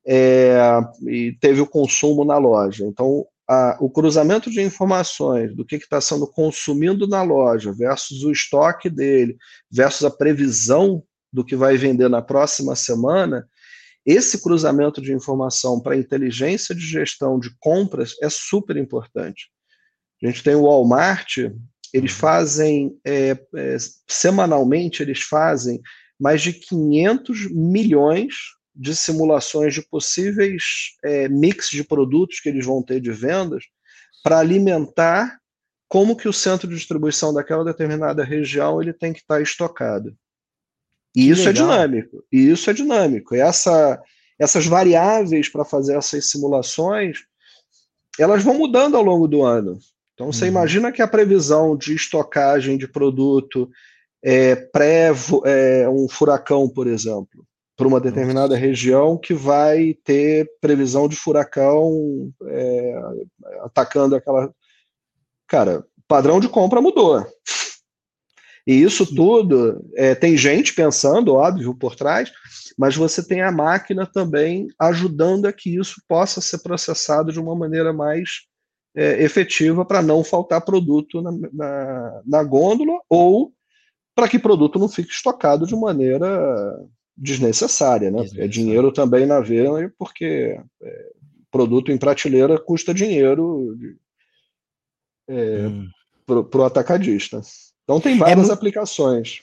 e teve o consumo na loja. Então, o cruzamento de informações do que está sendo consumido na loja versus o estoque dele, versus a previsão do que vai vender na próxima semana, esse cruzamento de informação para a inteligência de gestão de compras é super importante. A gente tem o Walmart, eles fazem, semanalmente, eles fazem mais de 500 milhões de simulações de possíveis mix de produtos que eles vão ter de vendas para alimentar como que o centro de distribuição daquela determinada região ele tem que estar estocado. E isso é dinâmico. E isso é dinâmico. E essas variáveis para fazer essas simulações, elas vão mudando ao longo do ano. Então, você imagina que a previsão de estocagem de produto um furacão, por exemplo, para uma determinada região que vai ter previsão de furacão atacando aquela... Cara, o padrão de compra mudou. E isso tudo, tem gente pensando, óbvio, por trás, mas você tem a máquina também ajudando a que isso possa ser processado de uma maneira mais efetiva para não faltar produto na gôndola ou para que produto não fique estocado de maneira desnecessária, né? Porque é Desnecessário. dinheiro também na venda, porque produto em prateleira custa dinheiro Hum. para o atacadista. Então tem É várias muito. aplicações.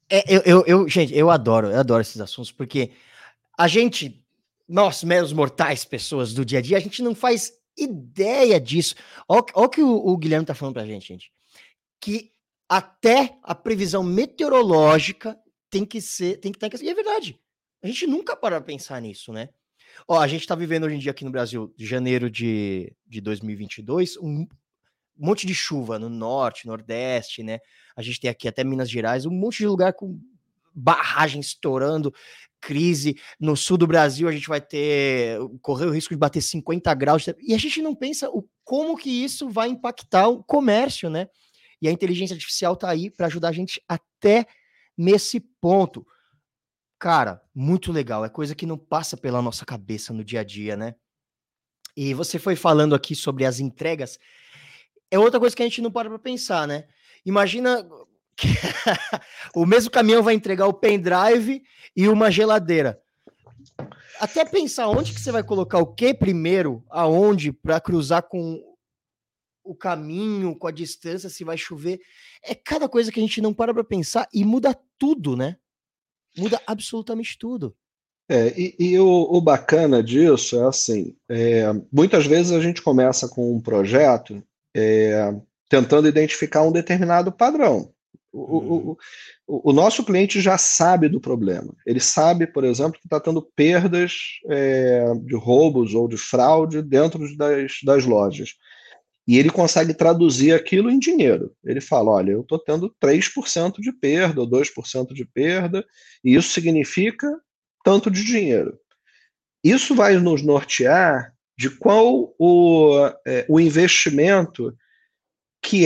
Gente, eu adoro esses assuntos, porque a gente, nós, meros mortais, pessoas do dia a dia, a gente não faz ideia disso. Olha o que o Guilherme tá falando pra gente, que até a previsão meteorológica tem que estar em. E é verdade. A gente nunca para pensar nisso, né? Ó, a gente tá vivendo hoje em dia aqui no Brasil, de janeiro de 2022, um monte de chuva no norte, nordeste, né? A gente tem aqui até Minas Gerais, um monte de lugar com barragem estourando, crise. No sul do Brasil, a gente vai correr o risco de bater 50 graus. E a gente não pensa como que isso vai impactar o comércio, né? E a inteligência artificial tá aí para ajudar a gente até nesse ponto. Cara, muito legal. É coisa que não passa pela nossa cabeça no dia a dia, né? E você foi falando aqui sobre as entregas. É outra coisa que a gente não para pra pensar, né? Imagina que o mesmo caminhão vai entregar o pendrive e uma geladeira. Até pensar onde que você vai colocar o que primeiro, aonde, para cruzar com o caminho, com a distância, se vai chover. É cada coisa que a gente não para pra pensar e muda tudo, né? Muda absolutamente tudo. E o bacana disso é assim, muitas vezes a gente começa com um projeto tentando identificar um determinado padrão. Uhum. O nosso cliente já sabe do problema. Ele sabe, por exemplo, que está tendo perdas de roubos ou de fraude dentro das lojas. E ele consegue traduzir aquilo em dinheiro. Ele fala: olha, eu estou tendo 3% de perda ou 2% de perda, e isso significa tanto de dinheiro. Isso vai nos nortear de qual o investimento que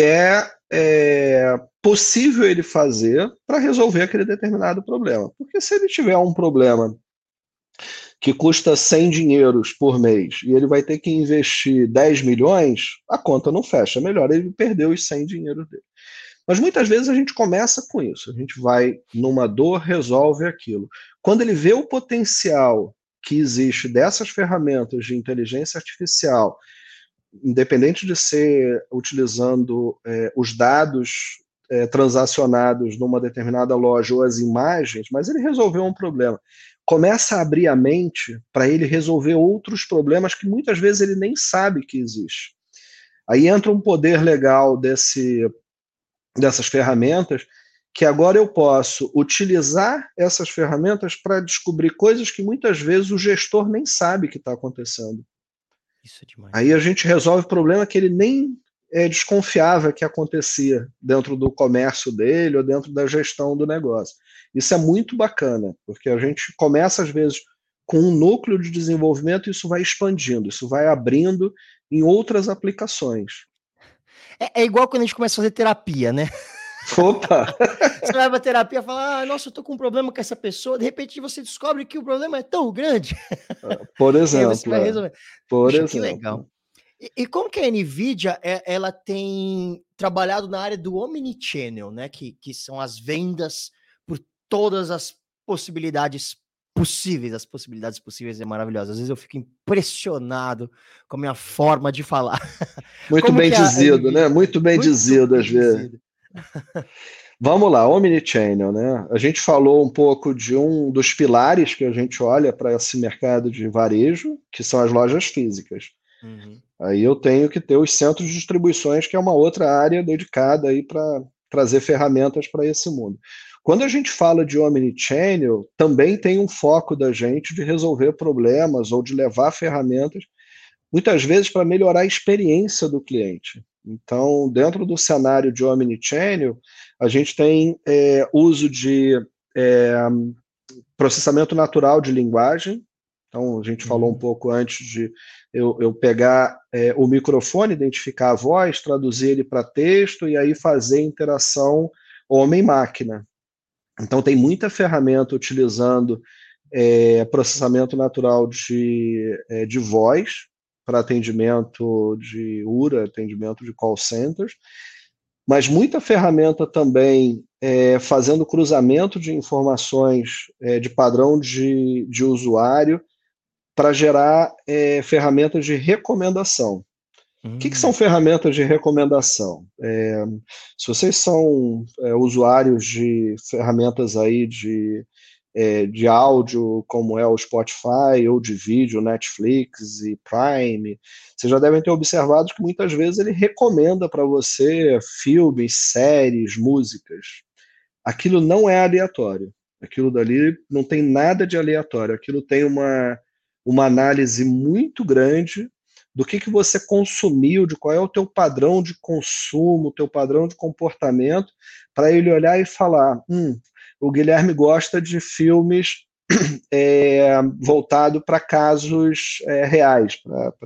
possível ele fazer para resolver aquele determinado problema. Porque se ele tiver um problema que custa 100 dinheiros por mês e ele vai ter que investir 10 milhões, a conta não fecha. É melhor ele perder os 100 dinheiros dele. Mas muitas vezes a gente começa com isso. A gente vai numa dor, resolve aquilo. Quando ele vê o potencial que existe dessas ferramentas de inteligência artificial, independente de ser utilizando os dados transacionados numa determinada loja ou as imagens, mas ele resolveu um problema. Começa a abrir a mente para ele resolver outros problemas que muitas vezes ele nem sabe que existe. Aí entra um poder legal dessas ferramentas, que agora eu posso utilizar essas ferramentas para descobrir coisas que muitas vezes o gestor nem sabe que está acontecendo. Isso é demais. Aí a gente resolve problema que ele nem desconfiava que acontecia dentro do comércio dele ou dentro da gestão do negócio. Isso é muito bacana, porque a gente começa, às vezes, com um núcleo de desenvolvimento e isso vai expandindo, isso vai abrindo em outras aplicações. É igual quando a gente começa a fazer terapia, né? Opa! Você vai pra terapia e fala: ah, nossa, eu tô com um problema com essa pessoa. De repente você descobre que o problema é tão grande. Por E aí você vai exemplo, resolver. por Puxa, que legal. exemplo. E como que a NVIDIA ela tem trabalhado na área do Omnichannel, né? Que são as vendas por todas as possibilidades possíveis. As possibilidades possíveis é maravilhosa. Às vezes eu fico impressionado com a minha forma de falar. Muito Como bem que a dizido, NVIDIA... né? Muito bem Muito dizido, bem às vezes. dizido. Vamos lá, Omnichannel, né? A gente falou um pouco de um dos pilares que a gente olha para esse mercado de varejo, que são as lojas físicas. Uhum. Aí eu tenho que ter os centros de distribuições, que é uma outra área dedicada aí para trazer ferramentas para esse mundo. Quando a gente fala de Omnichannel, também tem um foco da gente de resolver problemas ou de levar ferramentas, muitas vezes para melhorar a experiência do cliente. Então, dentro do cenário de Omnichannel, a gente tem uso de processamento natural de linguagem. Então, a gente falou um pouco antes de eu pegar o microfone, identificar a voz, traduzir ele para texto e aí fazer interação homem-máquina. Então, tem muita ferramenta utilizando processamento natural de voz para atendimento de URA, atendimento de call centers, mas muita ferramenta também fazendo cruzamento de informações de padrão de usuário para gerar ferramentas de recomendação. O que são ferramentas de recomendação? Se vocês são usuários de ferramentas aí de áudio, como é o Spotify, ou de vídeo, Netflix e Prime, vocês já devem ter observado que muitas vezes ele recomenda para você filmes, séries, músicas. Aquilo não é aleatório. Aquilo dali não tem nada de aleatório. Aquilo tem uma análise muito grande do que você consumiu, de qual é o teu padrão de consumo, o teu padrão de comportamento, para ele olhar e falar, o Guilherme gosta de filmes voltado para casos reais,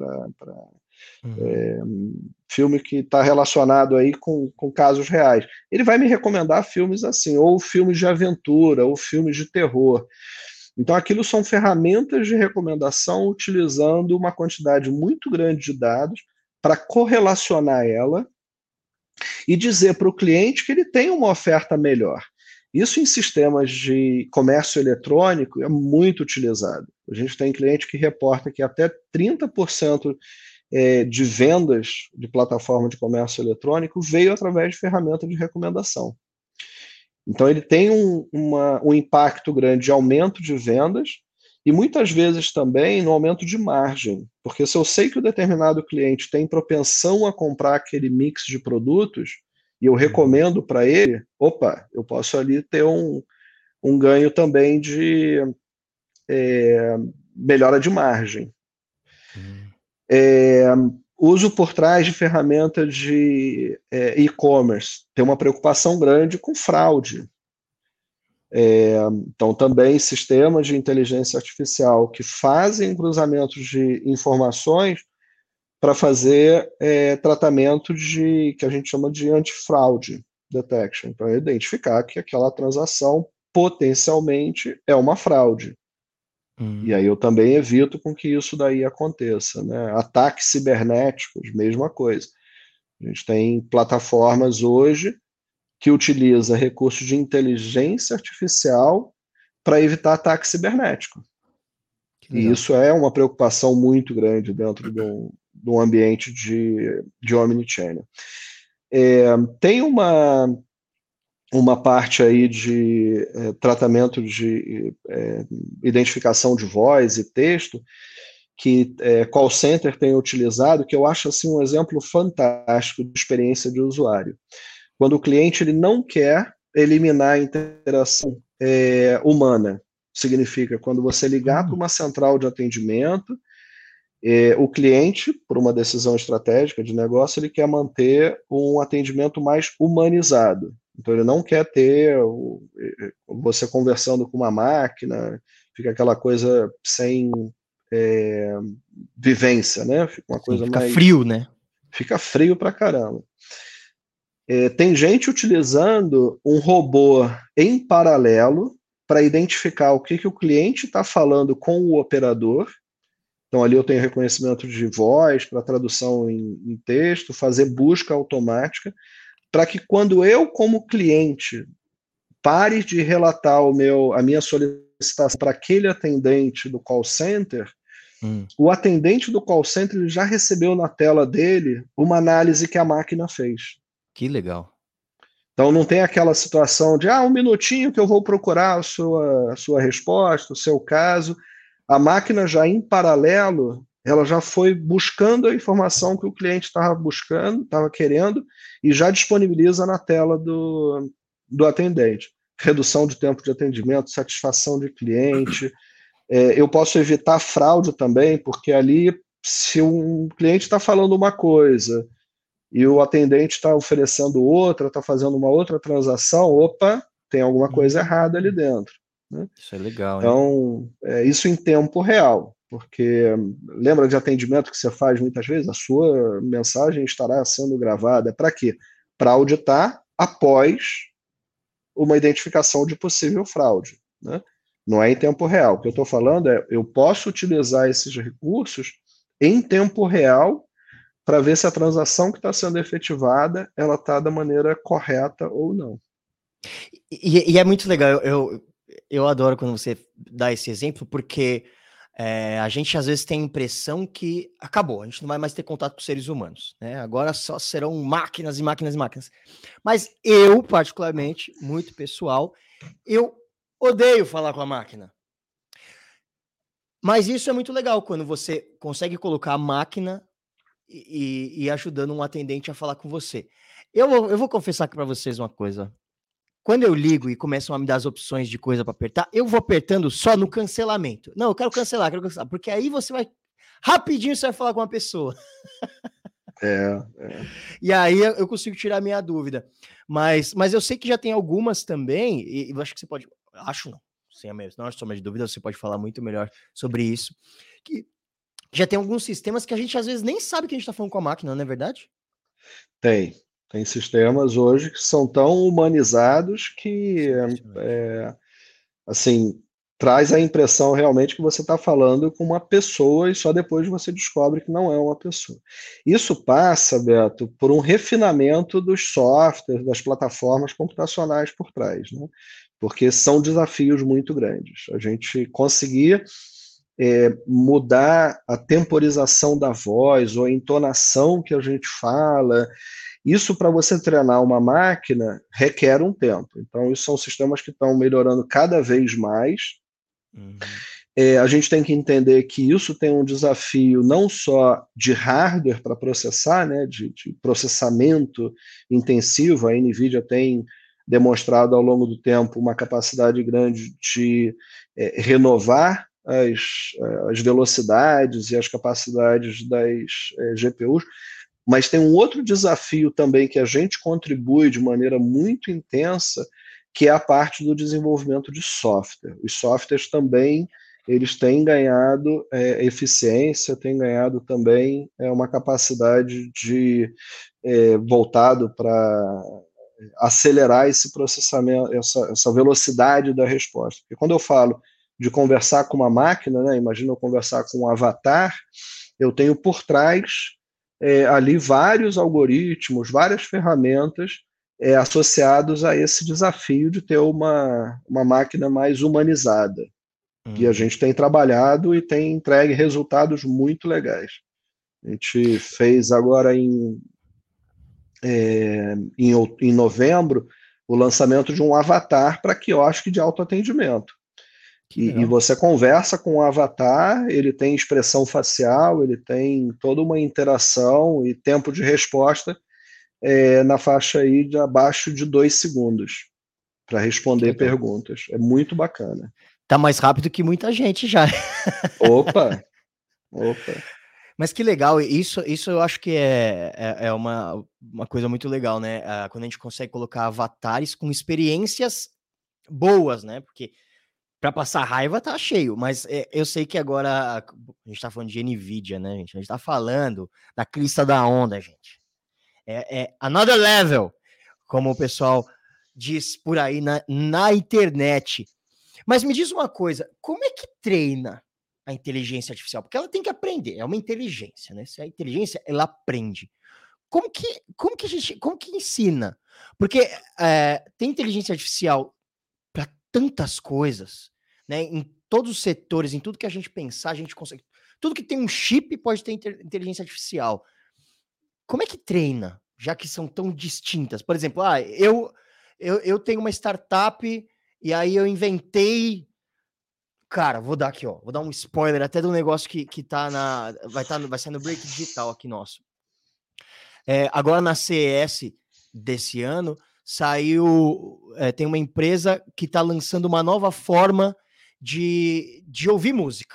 filme que está relacionado aí com casos reais. Ele vai me recomendar filmes assim, ou filmes de aventura, ou filmes de terror. Então, aquilo são ferramentas de recomendação utilizando uma quantidade muito grande de dados para correlacionar ela e dizer para o cliente que ele tem uma oferta melhor. Isso em sistemas de comércio eletrônico é muito utilizado. A gente tem cliente que reporta que até 30% de vendas de plataforma de comércio eletrônico veio através de ferramenta de recomendação. Então, ele tem um impacto grande de aumento de vendas e muitas vezes também no aumento de margem, porque se eu sei que o determinado cliente tem propensão a comprar aquele mix de produtos e eu recomendo para ele, eu posso ali ter um ganho também de melhora de margem. Uso por trás de ferramentas de e-commerce, tem uma preocupação grande com fraude. Então, também sistemas de inteligência artificial que fazem cruzamentos de informações para fazer tratamento que a gente chama de anti-fraud detection, para identificar que aquela transação potencialmente é uma fraude. E aí eu também evito com que isso daí aconteça, né? Ataques cibernéticos, mesma coisa. A gente tem plataformas hoje que utilizam recursos de inteligência artificial para evitar ataque cibernético. E isso é uma preocupação muito grande dentro de um ambiente de omnichannel. Tem uma parte aí de tratamento de identificação de voz e texto que call center tem utilizado, que eu acho assim, um exemplo fantástico de experiência de usuário. Quando o cliente ele não quer eliminar a interação humana, significa quando você ligar para uma central de atendimento, o cliente, por uma decisão estratégica de negócio, ele quer manter um atendimento mais humanizado. Então, ele não quer ter você conversando com uma máquina, fica aquela coisa sem vivência, né? Fica uma coisa fica mais... frio, né? Fica frio pra caramba. Tem gente utilizando um robô em paralelo para identificar o que o cliente está falando com o operador. Então, ali eu tenho reconhecimento de voz para tradução em texto, fazer busca automática, para que quando eu, como cliente, pare de relatar a minha solicitação para aquele atendente do call center, o atendente do call center ele já recebeu na tela dele uma análise que a máquina fez. Que legal. Então não tem aquela situação de um minutinho que eu vou procurar a sua resposta, o seu caso. A máquina já em paralelo, ela já foi buscando a informação que o cliente estava buscando, estava querendo, e já disponibiliza na tela do atendente. Redução de tempo de atendimento, satisfação de cliente. Eu posso evitar fraude também, porque ali, se um cliente está falando uma coisa e o atendente está oferecendo outra, está fazendo uma outra transação, tem alguma coisa errada ali dentro. Né? Isso é legal, então, isso em tempo real, porque lembra de atendimento que você faz muitas vezes? A sua mensagem estará sendo gravada. Para quê? Para auditar após uma identificação de possível fraude, né? Não é em tempo real. O que eu estou falando é, eu posso utilizar esses recursos em tempo real para ver se a transação que está sendo efetivada, ela está da maneira correta ou não. E é muito legal, eu adoro quando você dá esse exemplo, porque a gente às vezes tem a impressão que acabou, a gente não vai mais ter contato com seres humanos, né? Agora só serão máquinas e máquinas e máquinas. Mas eu, particularmente, muito pessoal, eu odeio falar com a máquina. Mas isso é muito legal, quando você consegue colocar a máquina e ajudando um atendente a falar com você. Eu vou confessar aqui para vocês uma coisa. Quando eu ligo e começam a me dar as opções de coisa para apertar, eu vou apertando só no cancelamento. Não, eu quero cancelar, porque aí você vai rapidinho você vai falar com uma pessoa. E aí eu consigo tirar a minha dúvida. Mas eu sei que já tem algumas também, e eu acho que você pode. Acho não, sem a menor sombra de dúvida, você pode falar muito melhor sobre isso. Que já tem alguns sistemas que a gente às vezes nem sabe que a gente está falando com a máquina, não é verdade? Tem sistemas hoje que são tão humanizados que, assim, traz a impressão realmente que você está falando com uma pessoa e só depois você descobre que não é uma pessoa. Isso passa, Beto, por um refinamento dos softwares, das plataformas computacionais por trás, né? Porque são desafios muito grandes. A gente conseguir mudar a temporização da voz ou a entonação que a gente fala, isso para você treinar uma máquina requer um tempo. Então, isso são sistemas que estão melhorando cada vez mais. A gente tem que entender que isso tem um desafio não só de hardware para processar, né, de processamento intensivo. A NVIDIA tem demonstrado ao longo do tempo uma capacidade grande de renovar as velocidades e as capacidades das GPUs, mas tem um outro desafio também que a gente contribui de maneira muito intensa, que é a parte do desenvolvimento de software. Os softwares também eles têm ganhado eficiência, têm ganhado também uma capacidade de voltado para acelerar esse processamento, essa velocidade da resposta. Porque quando eu falo de conversar com uma máquina, né, imagina eu conversar com um avatar, eu tenho por trás ali vários algoritmos, várias ferramentas associados a esse desafio de ter uma máquina mais humanizada. E a gente tem trabalhado e tem entregue resultados muito legais. A gente fez agora em novembro o lançamento de um avatar para quiosque de autoatendimento. E você conversa com o avatar, ele tem expressão facial, ele tem toda uma interação e tempo de resposta na faixa aí de abaixo de 2 segundos para responder perguntas. É muito bacana. Tá mais rápido que muita gente já. Opa! Mas que legal, isso eu acho que é uma coisa muito legal, né? Quando a gente consegue colocar avatares com experiências boas, né? Porque para passar raiva tá cheio, mas eu sei que agora a gente tá falando de NVIDIA, né, gente? A gente tá falando da crista da onda, gente. É another level, como o pessoal diz por aí na internet. Mas me diz uma coisa, como é que treina a inteligência artificial? Porque ela tem que aprender, é uma inteligência, né? Se a inteligência, ela aprende. Como que ensina? Porque tem inteligência artificial para tantas coisas, né? Em todos os setores, em tudo que a gente pensar, a gente consegue. Tudo que tem um chip pode ter inteligência artificial. Como é que treina, já que são tão distintas? Por exemplo, eu tenho uma startup e aí eu inventei. Cara, vou dar aqui, ó. Vou dar um spoiler até do negócio que tá na. Vai sair no Break Digital aqui nosso. Agora na CES desse ano, saiu. Tem uma empresa que está lançando uma nova forma de ouvir música.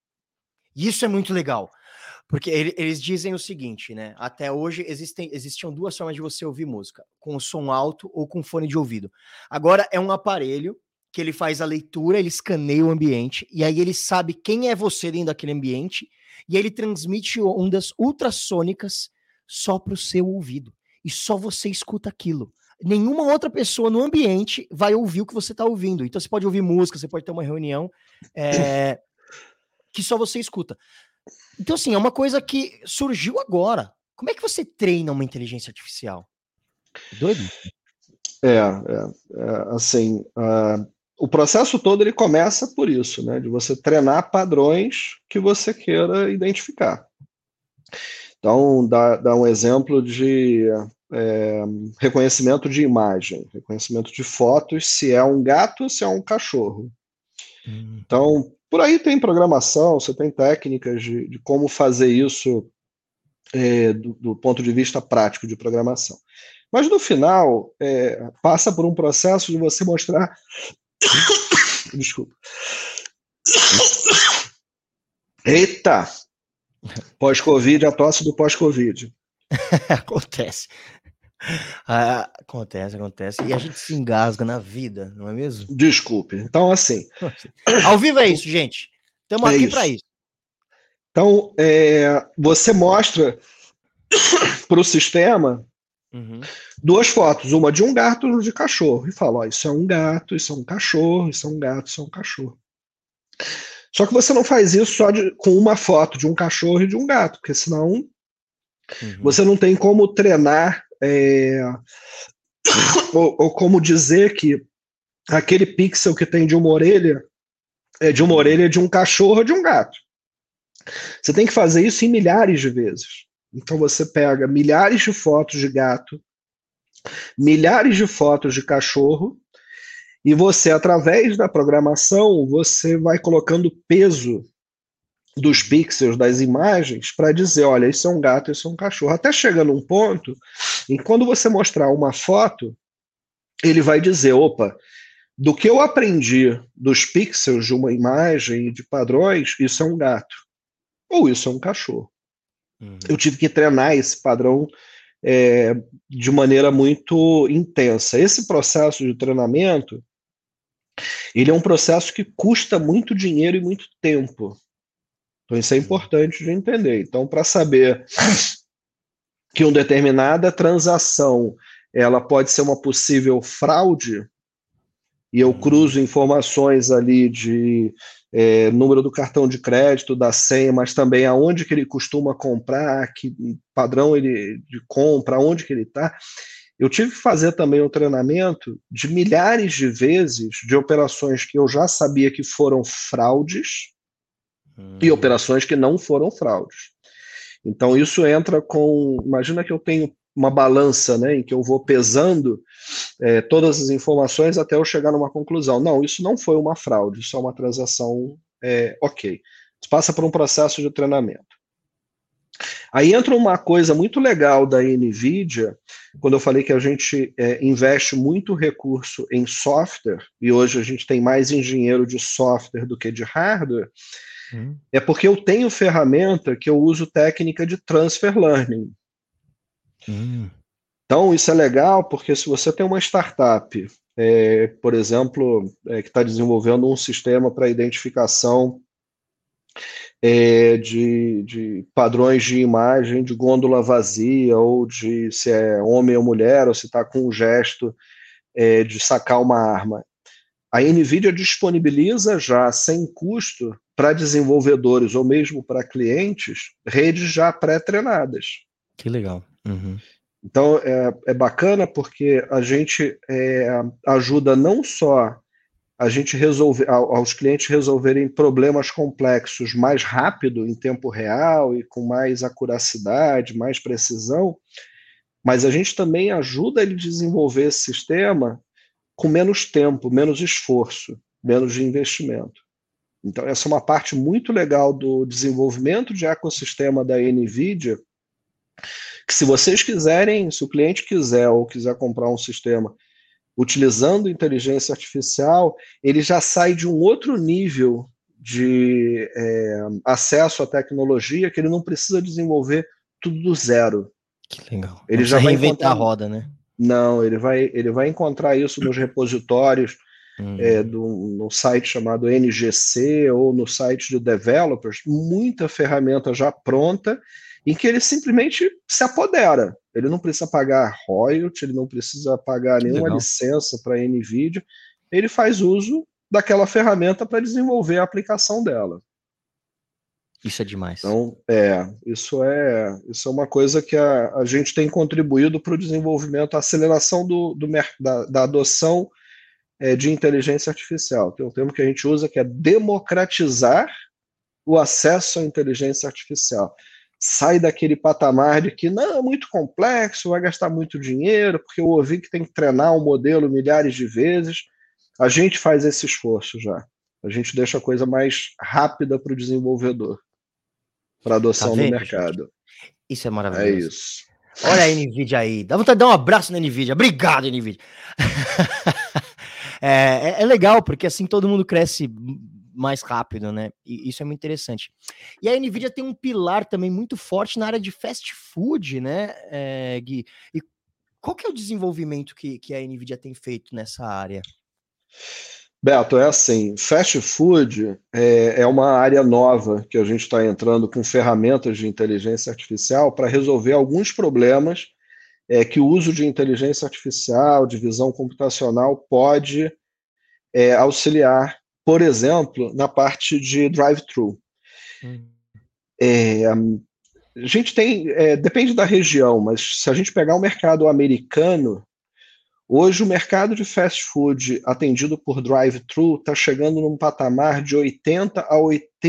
E isso é muito legal. Porque eles dizem o seguinte, né? Até hoje existiam 2 formas de você ouvir música: com o som alto ou com fone de ouvido. Agora é um aparelho que ele faz a leitura, ele escaneia o ambiente, e aí ele sabe quem é você dentro daquele ambiente, e ele transmite ondas ultrassônicas só para o seu ouvido. E só você escuta aquilo. nenhuma outra pessoa no ambiente vai ouvir o que você está ouvindo. Então você pode ouvir música, você pode ter uma reunião que só você escuta. Então, assim, é uma coisa que surgiu agora. Como é que você treina uma inteligência artificial? Doido? Assim, o processo todo ele começa por isso, né? De você treinar padrões que você queira identificar. Então, dá um exemplo de reconhecimento de imagem, reconhecimento de fotos, se é um gato ou se é um cachorro. Então, por aí tem programação, você tem técnicas de como fazer isso do ponto de vista prático de programação. Mas no final, passa por um processo de você mostrar. Desculpa. Eita! Pós-Covid, a tosse do pós-Covid. Acontece. Acontece. E a gente se engasga na vida, não é mesmo? Desculpe. Então, assim. Ao vivo é isso, gente. Estamos aqui para isso. Então, você mostra para o sistema duas fotos, uma de um gato e uma de cachorro, e fala: ó, isso é um gato, isso é um cachorro, isso é um gato, isso é um cachorro. Só que você não faz isso só com uma foto de um cachorro e de um gato, porque senão você não tem como treinar ou como dizer que aquele pixel que tem de uma orelha é de uma orelha de um cachorro ou de um gato. Você tem que fazer isso em milhares de vezes. Então você pega milhares de fotos de gato, milhares de fotos de cachorro, e você, através da programação, você vai colocando peso dos pixels das imagens para dizer, olha, isso é um gato, isso é um cachorro. Até chega num ponto em que quando você mostrar uma foto, ele vai dizer, opa, do que eu aprendi dos pixels de uma imagem e de padrões, isso é um gato. Ou isso é um cachorro. Eu tive que treinar esse padrão de maneira muito intensa. Esse processo de treinamento, ele é um processo que custa muito dinheiro e muito tempo. Então isso é importante de entender. Então, para saber que uma determinada transação ela pode ser uma possível fraude, e eu cruzo informações ali de número do cartão de crédito, da senha, mas também aonde que ele costuma comprar, que padrão ele de compra, aonde que ele está. Eu tive que fazer também um treinamento de milhares de vezes de operações que eu já sabia que foram fraudes e operações que não foram fraudes. Então isso entra com... Imagina que eu tenho uma balança, né, em que eu vou pesando todas as informações até eu chegar numa conclusão. Não, isso não foi uma fraude, isso é uma transação ok. Isso passa por um processo de treinamento. Aí entra uma coisa muito legal da NVIDIA, quando eu falei que a gente investe muito recurso em software, e hoje a gente tem mais engenheiro de software do que de hardware, é porque eu tenho ferramenta que eu uso técnica de transfer learning. Então, isso é legal porque se você tem uma startup, por exemplo, que está desenvolvendo um sistema para identificação de padrões de imagem de gôndola vazia, ou de se é homem ou mulher, ou se está com um gesto de sacar uma arma. A NVIDIA disponibiliza já, sem custo, para desenvolvedores ou mesmo para clientes, redes já pré-treinadas. Que legal. Então, é bacana porque a gente ajuda não só a gente resolver, aos clientes resolverem problemas complexos mais rápido, em tempo real e com mais acuracidade, mais precisão, mas a gente também ajuda ele a desenvolver esse sistema com menos tempo, menos esforço, menos de investimento. Então, essa é uma parte muito legal do desenvolvimento de ecossistema da NVIDIA, que se vocês quiserem, se o cliente quiser ou quiser comprar um sistema utilizando inteligência artificial, ele já sai de um outro nível de acesso à tecnologia que ele não precisa desenvolver tudo do zero. Que legal. Ele não já vai reinventar a roda, né? Não, ele vai encontrar isso nos repositórios no site chamado NGC ou no site de developers, muita ferramenta já pronta em que ele simplesmente se apodera. Ele não precisa pagar royalty, ele não precisa pagar Que nenhuma legal. licença para a NVIDIA, ele faz uso daquela ferramenta para desenvolver a aplicação dela. Isso é demais. Então, isso é uma coisa que a gente tem contribuído para o desenvolvimento, a aceleração da adoção de inteligência artificial. Tem um termo que a gente usa que é democratizar o acesso à inteligência artificial. Sai daquele patamar de que não, é muito complexo, vai gastar muito dinheiro, porque eu ouvi que tem que treinar um modelo milhares de vezes. A gente faz esse esforço já. A gente deixa a coisa mais rápida para o desenvolvedor, para Tá adoção no vendo, gente? mercado. Isso é É maravilhoso. isso. Olha a NVIDIA aí. Dá vontade de dar um abraço na NVIDIA. Obrigado, NVIDIA. É legal, porque assim todo mundo cresce mais rápido, né? E isso é muito interessante. E a NVIDIA tem um pilar também muito forte na área de fast food, né, Gui? E qual que é o desenvolvimento que a NVIDIA tem feito nessa área? Beto, é assim, fast food é uma área nova que a gente está entrando com ferramentas de inteligência artificial para resolver alguns problemas que o uso de inteligência artificial, de visão computacional, pode auxiliar, por exemplo, na parte de drive-thru. Hum. A gente tem, depende da região, mas se a gente pegar o mercado americano, hoje o mercado de fast food atendido por drive-thru está chegando num patamar de 80% a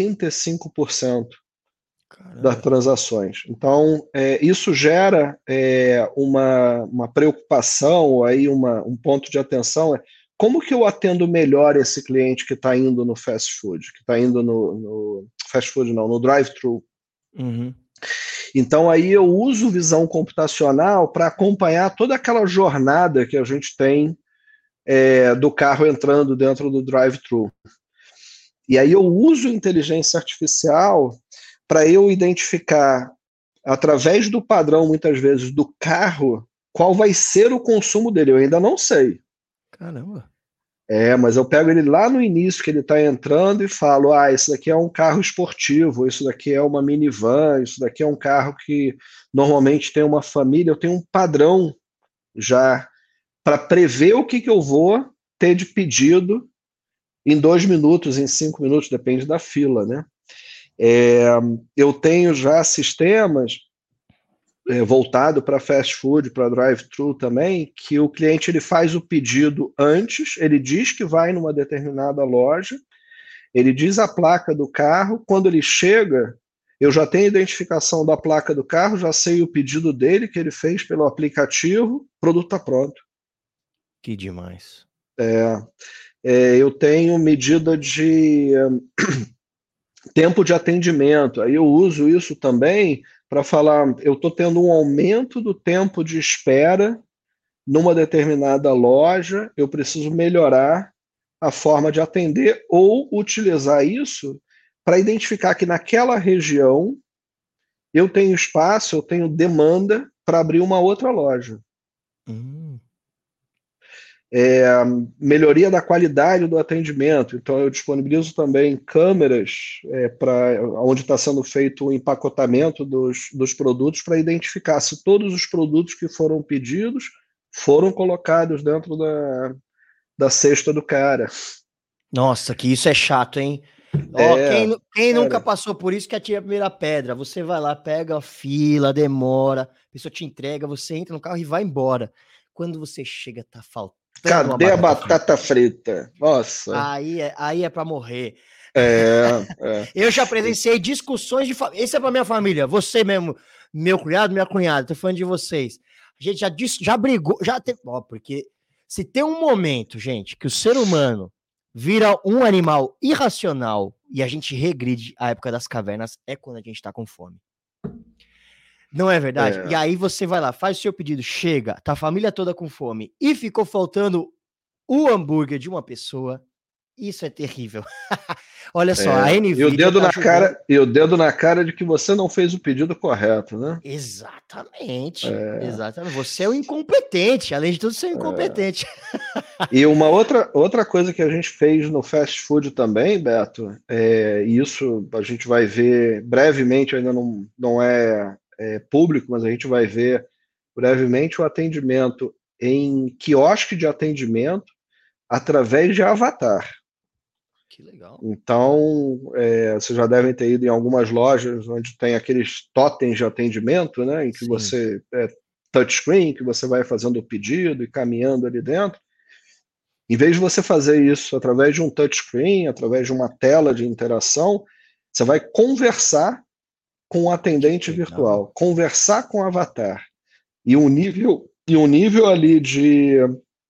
85% das Caramba. transações. Então, isso gera uma preocupação, aí um ponto de atenção como que eu atendo melhor esse cliente que está indo no fast food, que está indo no fast food não, no drive-thru. Uhum. Então aí eu uso visão computacional para acompanhar toda aquela jornada que a gente tem do carro entrando dentro do drive-thru. E aí eu uso inteligência artificial para eu identificar, através do padrão, muitas vezes, do carro, qual vai ser o consumo dele. Eu ainda não sei. Caramba. Mas eu pego ele lá no início que ele está entrando e falo, isso daqui é um carro esportivo, isso daqui é uma minivan, isso daqui é um carro que normalmente tem uma família. Eu tenho um padrão já para prever o que eu vou ter de pedido em 2 minutos, em 5 minutos, depende da fila, né? Eu tenho já sistemas voltado para fast food, para drive-thru também, que o cliente ele faz o pedido antes, ele diz que vai numa determinada loja, ele diz a placa do carro, quando ele chega, eu já tenho a identificação da placa do carro, já sei o pedido dele que ele fez pelo aplicativo, o produto está pronto. Que demais. Eu tenho medida de tempo de atendimento, aí eu uso isso também para falar, eu estou tendo um aumento do tempo de espera numa determinada loja, eu preciso melhorar a forma de atender ou utilizar isso para identificar que naquela região eu tenho espaço, eu tenho demanda para abrir uma outra loja. Melhoria da qualidade do atendimento. Então, eu disponibilizo também câmeras para onde está sendo feito o empacotamento dos produtos para identificar se todos os produtos que foram pedidos foram colocados dentro da cesta do cara. Nossa, que isso é chato, hein? Quem nunca passou por isso que atira a primeira pedra. Você vai lá, pega a fila, demora, a pessoa te entrega, você entra no carro e vai embora. Quando você chega, tá faltando Cadê a batata frita? Nossa. Aí é para morrer. É. Eu já presenciei discussões de família. Esse é para minha família. Você mesmo, meu cunhado, minha cunhada. Tô falando de vocês. A gente já brigou, já teve. Porque se tem um momento, gente, que o ser humano vira um animal irracional e a gente regride à época das cavernas, é quando a gente tá com fome. Não é verdade? E aí você vai lá, faz o seu pedido, chega, tá a família toda com fome e ficou faltando o hambúrguer de uma pessoa. Isso é terrível. Olha só, a NVIDIA e o dedo na cara de que você não fez o pedido correto, né? Exatamente. Exatamente. Você é um incompetente, além de tudo, você é um incompetente. E uma outra coisa que a gente fez no fast food também, Beto, e isso a gente vai ver brevemente, ainda não é público, mas a gente vai ver brevemente o atendimento em quiosque de atendimento através de avatar. Que legal. Então, vocês já devem ter ido em algumas lojas onde tem aqueles totens de atendimento, né, em que Sim. você touchscreen, que você vai fazendo o pedido e caminhando ali dentro. Em vez de você fazer isso através de um touchscreen, através de uma tela de interação, você vai conversar com o atendente virtual, conversar com o avatar. E um nível ali de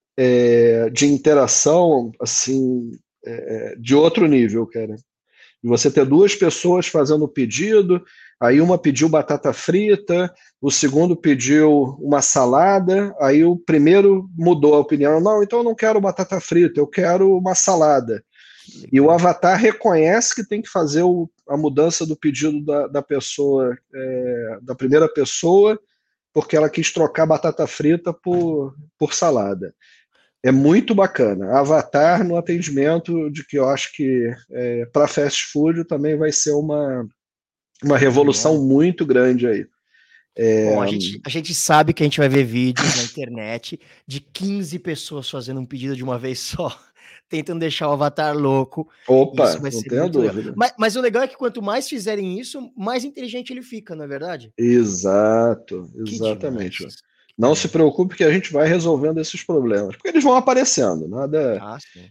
interação, assim, de outro nível, cara. E você ter duas pessoas fazendo o pedido, aí uma pediu batata frita, o segundo pediu uma salada, aí o primeiro mudou a opinião, não, então eu não quero batata frita, eu quero uma salada. E o avatar reconhece que tem que fazer a mudança do pedido da pessoa, da primeira pessoa, porque ela quis trocar batata frita por salada. É muito bacana. Avatar no atendimento de quiosque para fast food também vai ser uma revolução muito grande aí. Bom, a gente sabe que a gente vai ver vídeos na internet de 15 pessoas fazendo um pedido de uma vez só, tentando deixar o avatar louco. Opa, isso vai não ser tenha muito dúvida. legal. Mas o legal é que quanto mais fizerem isso, mais inteligente ele fica, não é verdade? Exato, Que exatamente. demais. Não se preocupe que a gente vai resolvendo esses problemas, porque eles vão aparecendo, nada, Sim.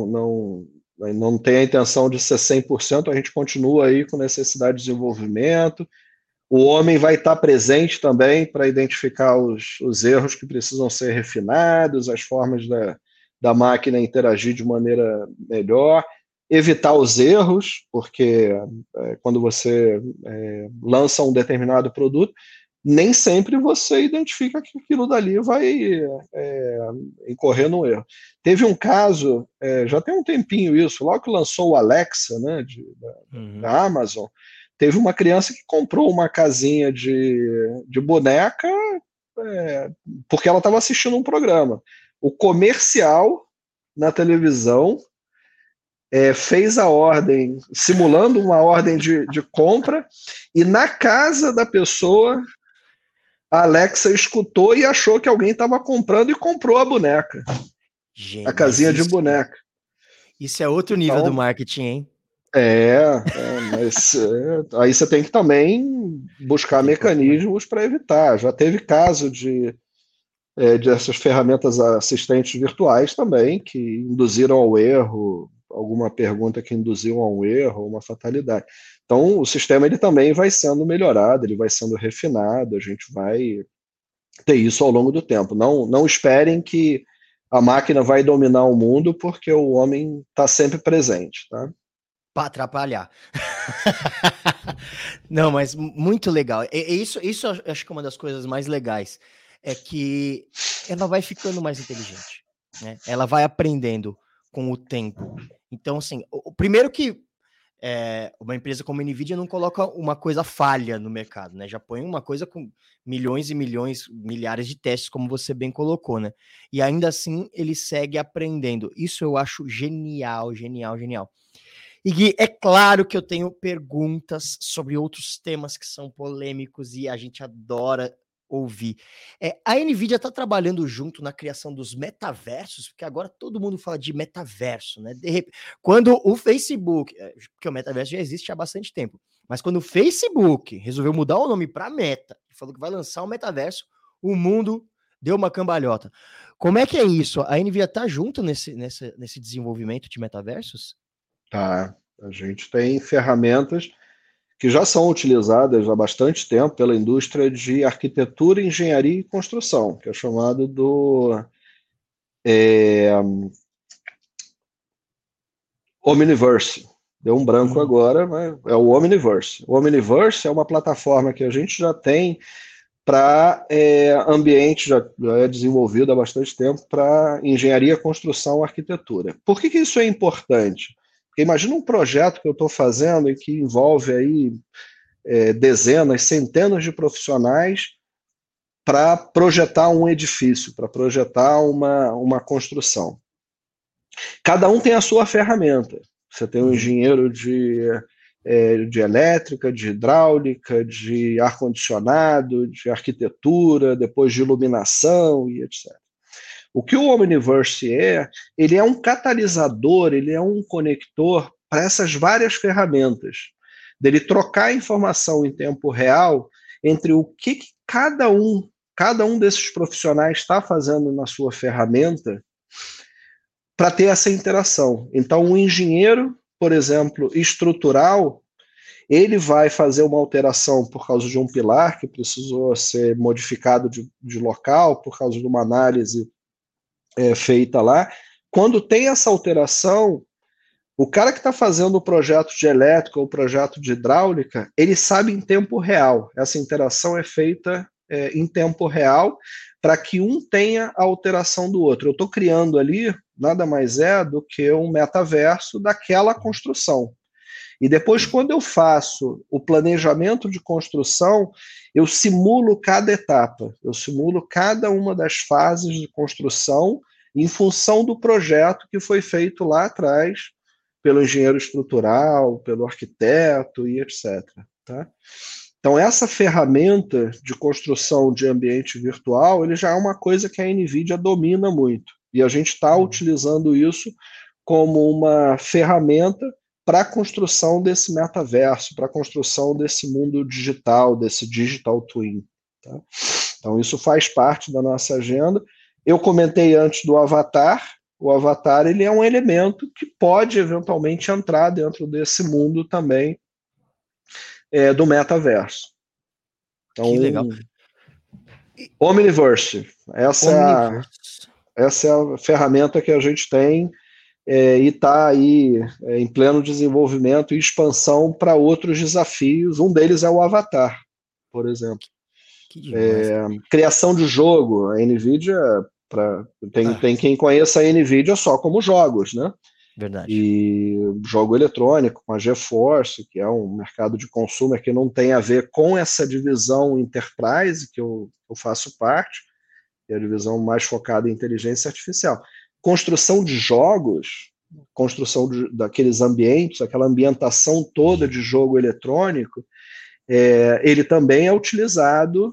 não tem a intenção de ser 100%, a gente continua aí com necessidade de desenvolvimento. O homem vai estar presente também para identificar os erros que precisam ser refinados, as formas da máquina interagir de maneira melhor, evitar os erros, porque quando você lança um determinado produto, nem sempre você identifica que aquilo dali vai incorrer no erro. Teve um caso, já tem um tempinho isso, logo que lançou o Alexa, né, da Amazon, teve uma criança que comprou uma casinha de boneca porque ela estava assistindo um programa. O comercial na televisão fez a ordem, simulando uma ordem de compra, e na casa da pessoa a Alexa escutou e achou que alguém estava comprando e comprou a boneca. Gente, a casinha de boneca. Isso é outro nível do marketing, hein? Mas aí você tem que também buscar mecanismos para evitar. Já teve caso dessas ferramentas assistentes virtuais também que induziram ao erro, alguma pergunta que induziu a um erro, uma fatalidade. Então, o sistema ele também vai sendo melhorado, ele vai sendo refinado, a gente vai ter isso ao longo do tempo. Não esperem que a máquina vai dominar o mundo, porque o homem está sempre presente, tá? Para atrapalhar. Não, mas muito legal. Isso eu acho que é uma das coisas mais legais. É que ela vai ficando mais inteligente, né? Ela vai aprendendo com o tempo. Então, assim, o primeiro que uma empresa como a NVIDIA não coloca uma coisa falha no mercado, né? Já põe uma coisa com milhões e milhões, milhares de testes, como você bem colocou, né? E ainda assim, ele segue aprendendo. Isso eu acho genial, genial, genial. E Gui, é claro que eu tenho perguntas sobre outros temas que são polêmicos e a gente adora ouvir. A NVIDIA está trabalhando junto na criação dos metaversos, porque agora todo mundo fala de metaverso, né? Quando o Facebook, porque o metaverso já existe há bastante tempo, mas quando o Facebook resolveu mudar o nome para Meta e falou que vai lançar um metaverso, o mundo deu uma cambalhota. Como é que é isso? A NVIDIA está junto nesse desenvolvimento de metaversos? Tá. A gente tem ferramentas que já são utilizadas há bastante tempo pela indústria de arquitetura, engenharia e construção, que é chamado do Omniverse. Deu um branco agora, mas é o Omniverse. O Omniverse é uma plataforma que a gente já tem para ambiente, já é desenvolvido há bastante tempo para engenharia, construção e arquitetura. Por que isso é importante? Porque imagina um projeto que eu estou fazendo e que envolve aí dezenas, centenas de profissionais para projetar um edifício, para projetar uma construção. Cada um tem a sua ferramenta. Você tem um engenheiro de de elétrica, de hidráulica, de ar-condicionado, de arquitetura, depois de iluminação e etc. O que o Omniverse ele é um catalisador, ele é um conector para essas várias ferramentas, dele trocar informação em tempo real entre o que cada um desses profissionais está fazendo na sua ferramenta para ter essa interação. Então, um engenheiro, por exemplo, estrutural, ele vai fazer uma alteração por causa de um pilar que precisou ser modificado de local, por causa de uma análise feita lá. Quando tem essa alteração, o cara que está fazendo o projeto de elétrica ou o projeto de hidráulica, ele sabe em tempo real. Essa interação é feita em tempo real para que um tenha a alteração do outro. Eu estou criando ali nada mais é do que um metaverso daquela construção. E depois, quando eu faço o planejamento de construção, eu simulo cada etapa, eu simulo cada uma das fases de construção em função do projeto que foi feito lá atrás pelo engenheiro estrutural, pelo arquiteto e etc. Tá? Então, essa ferramenta de construção de ambiente virtual, ele já é uma coisa que a NVIDIA domina muito. E a gente está utilizando isso como uma ferramenta para a construção desse metaverso, para a construção desse mundo digital, desse digital twin. Tá? Então, isso faz parte da nossa agenda. Eu comentei antes do avatar. O avatar ele é um elemento que pode eventualmente entrar dentro desse mundo também do metaverso. Então, que legal. Omniverse. Essa é a ferramenta que a gente tem e está aí em pleno desenvolvimento e expansão para outros desafios. Um deles é o avatar, por exemplo. Criação de jogo. A NVIDIA, tem quem conheça a NVIDIA só como jogos, né? Verdade. E jogo eletrônico, com a GeForce, que é um mercado de consumer que não tem a ver com essa divisão Enterprise, que eu faço parte, que é a divisão mais focada em inteligência artificial. Construção de jogos, construção daqueles ambientes, aquela ambientação toda de jogo eletrônico, ele também é utilizado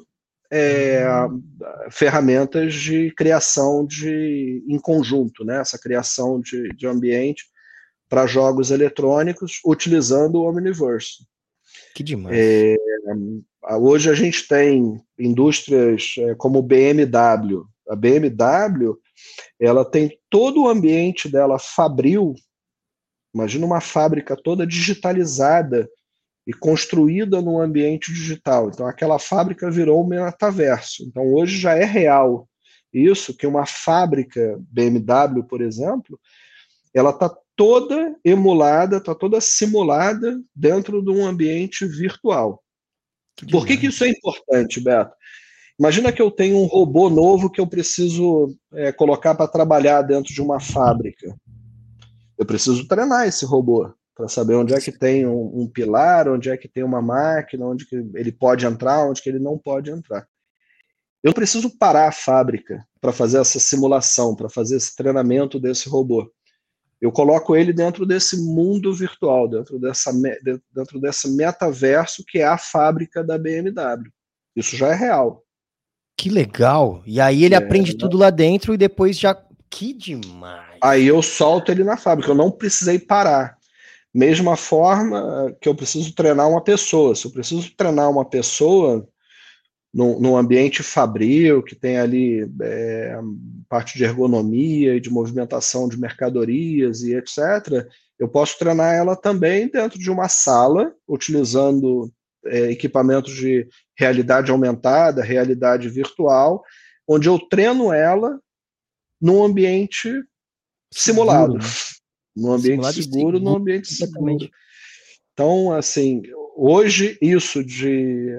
ferramentas de criação em conjunto, né? Essa criação de ambiente para jogos eletrônicos utilizando o Omniverse. Que demais. Hoje a gente tem indústrias como BMW. A BMW ela tem todo o ambiente dela fabril. Imagina uma fábrica toda digitalizada e construída num ambiente digital. Então, aquela fábrica virou um metaverso. Então, hoje já é real isso, que uma fábrica BMW, por exemplo, ela está toda emulada, está toda simulada dentro de um ambiente virtual. Por que isso é importante, Beto? Imagina que eu tenho um robô novo que eu preciso colocar para trabalhar dentro de uma fábrica. Eu preciso treinar esse robô para saber onde é que tem um pilar, onde é que tem uma máquina, onde que ele pode entrar, onde que ele não pode entrar. Eu preciso parar a fábrica para fazer essa simulação, para fazer esse treinamento desse robô. Eu coloco ele dentro desse mundo virtual, dentro desse metaverso que é a fábrica da BMW. Isso já é real. Que legal! E aí ele aprende tudo lá dentro e depois já... Que demais! Aí eu solto ele na fábrica, eu não precisei parar. Mesma forma que eu preciso treinar uma pessoa. Se eu preciso treinar uma pessoa num ambiente fabril, que tem ali parte de ergonomia e de movimentação de mercadorias e etc., eu posso treinar ela também dentro de uma sala, utilizando equipamentos de realidade aumentada, realidade virtual, onde eu treino ela num ambiente simulado. Num ambiente seguro, num ambiente seguro. Então, assim, hoje isso de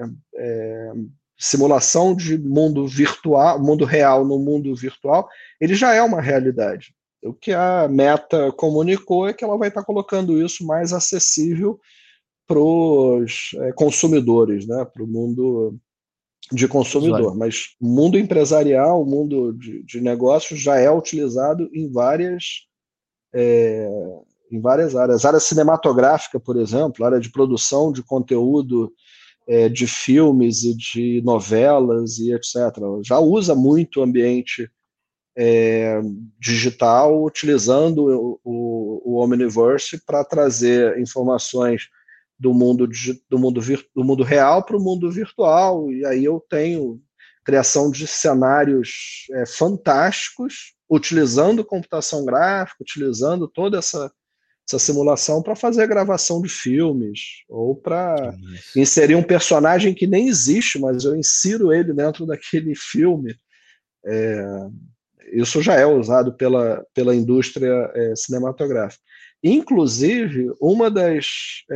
simulação de mundo virtual, mundo real no mundo virtual, ele já é uma realidade. O que a Meta comunicou é que ela vai estar colocando isso mais acessível para os consumidores, né? Para o mundo de consumidor. Mas o mundo empresarial, o mundo de negócios já é utilizado em várias em várias áreas. A área cinematográfica, por exemplo, a área de produção de conteúdo, de filmes e de novelas e etc. Já usa muito o ambiente digital, utilizando o Omniverse para trazer informações do mundo real para o mundo virtual, e aí eu tenho criação de cenários fantásticos, utilizando computação gráfica, utilizando toda essa simulação para fazer a gravação de filmes, ou para inserir um personagem que nem existe, mas eu insiro ele dentro daquele filme. Isso já é usado pela indústria cinematográfica. Inclusive, uma das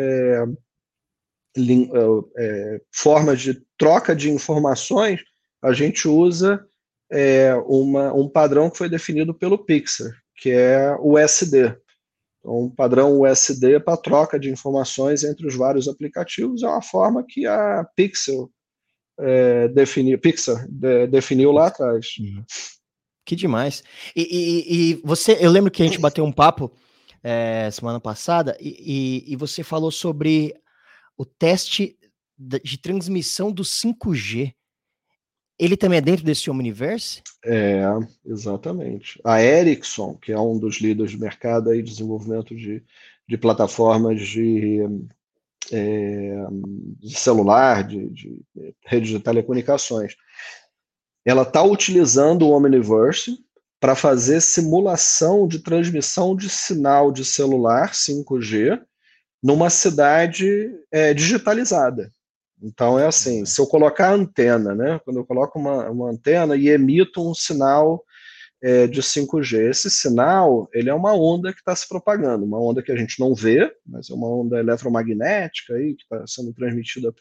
formas de troca de informações, a gente usa um padrão que foi definido pelo Pixar, que é o USD. Então, um padrão USD para troca de informações entre os vários aplicativos é uma forma que a Pixar definiu lá atrás. Que demais. E eu lembro que a gente bateu um papo semana passada e você falou sobre o teste de transmissão do 5G. Ele também é dentro desse Omniverse? Exatamente. A Ericsson, que é um dos líderes de mercado aí, de desenvolvimento de plataformas de celular, de rede de telecomunicações, ela está utilizando o Omniverse para fazer simulação de transmissão de sinal de celular 5G numa cidade digitalizada. Então é assim, se eu colocar antena, né? Quando eu coloco uma antena e emito um sinal de 5G, esse sinal ele é uma onda que está se propagando, uma onda que a gente não vê, mas é uma onda eletromagnética aí, que está sendo transmitida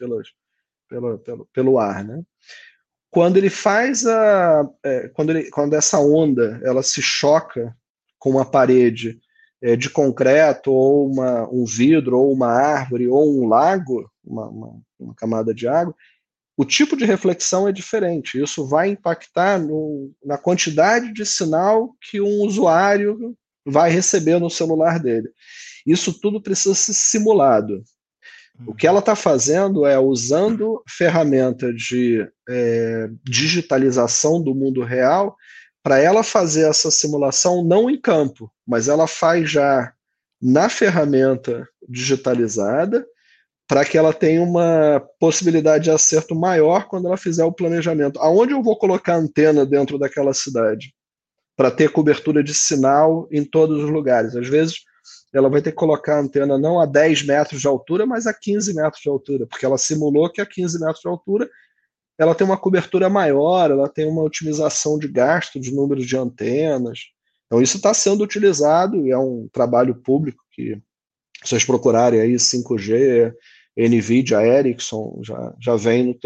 pelo ar, né? Quando ele faz quando essa onda ela se choca com uma parede de concreto, ou um vidro, ou uma árvore, ou um lago, uma camada de água, o tipo de reflexão é diferente. Isso vai impactar na quantidade de sinal que um usuário vai receber no celular dele. Isso tudo precisa ser simulado. O que ela está fazendo é usando ferramenta de digitalização do mundo real para ela fazer essa simulação não em campo, mas ela faz já na ferramenta digitalizada, para que ela tenha uma possibilidade de acerto maior quando ela fizer o planejamento. Aonde eu vou colocar a antena dentro daquela cidade? Para ter cobertura de sinal em todos os lugares. Às vezes, ela vai ter que colocar a antena não a 10 metros de altura, mas a 15 metros de altura, porque ela simulou que a 15 metros de altura ela tem uma cobertura maior, ela tem uma otimização de gasto de número de antenas. Então, isso está sendo utilizado e é um trabalho público que, se vocês procurarem aí 5G, NVIDIA, Ericsson, já vem no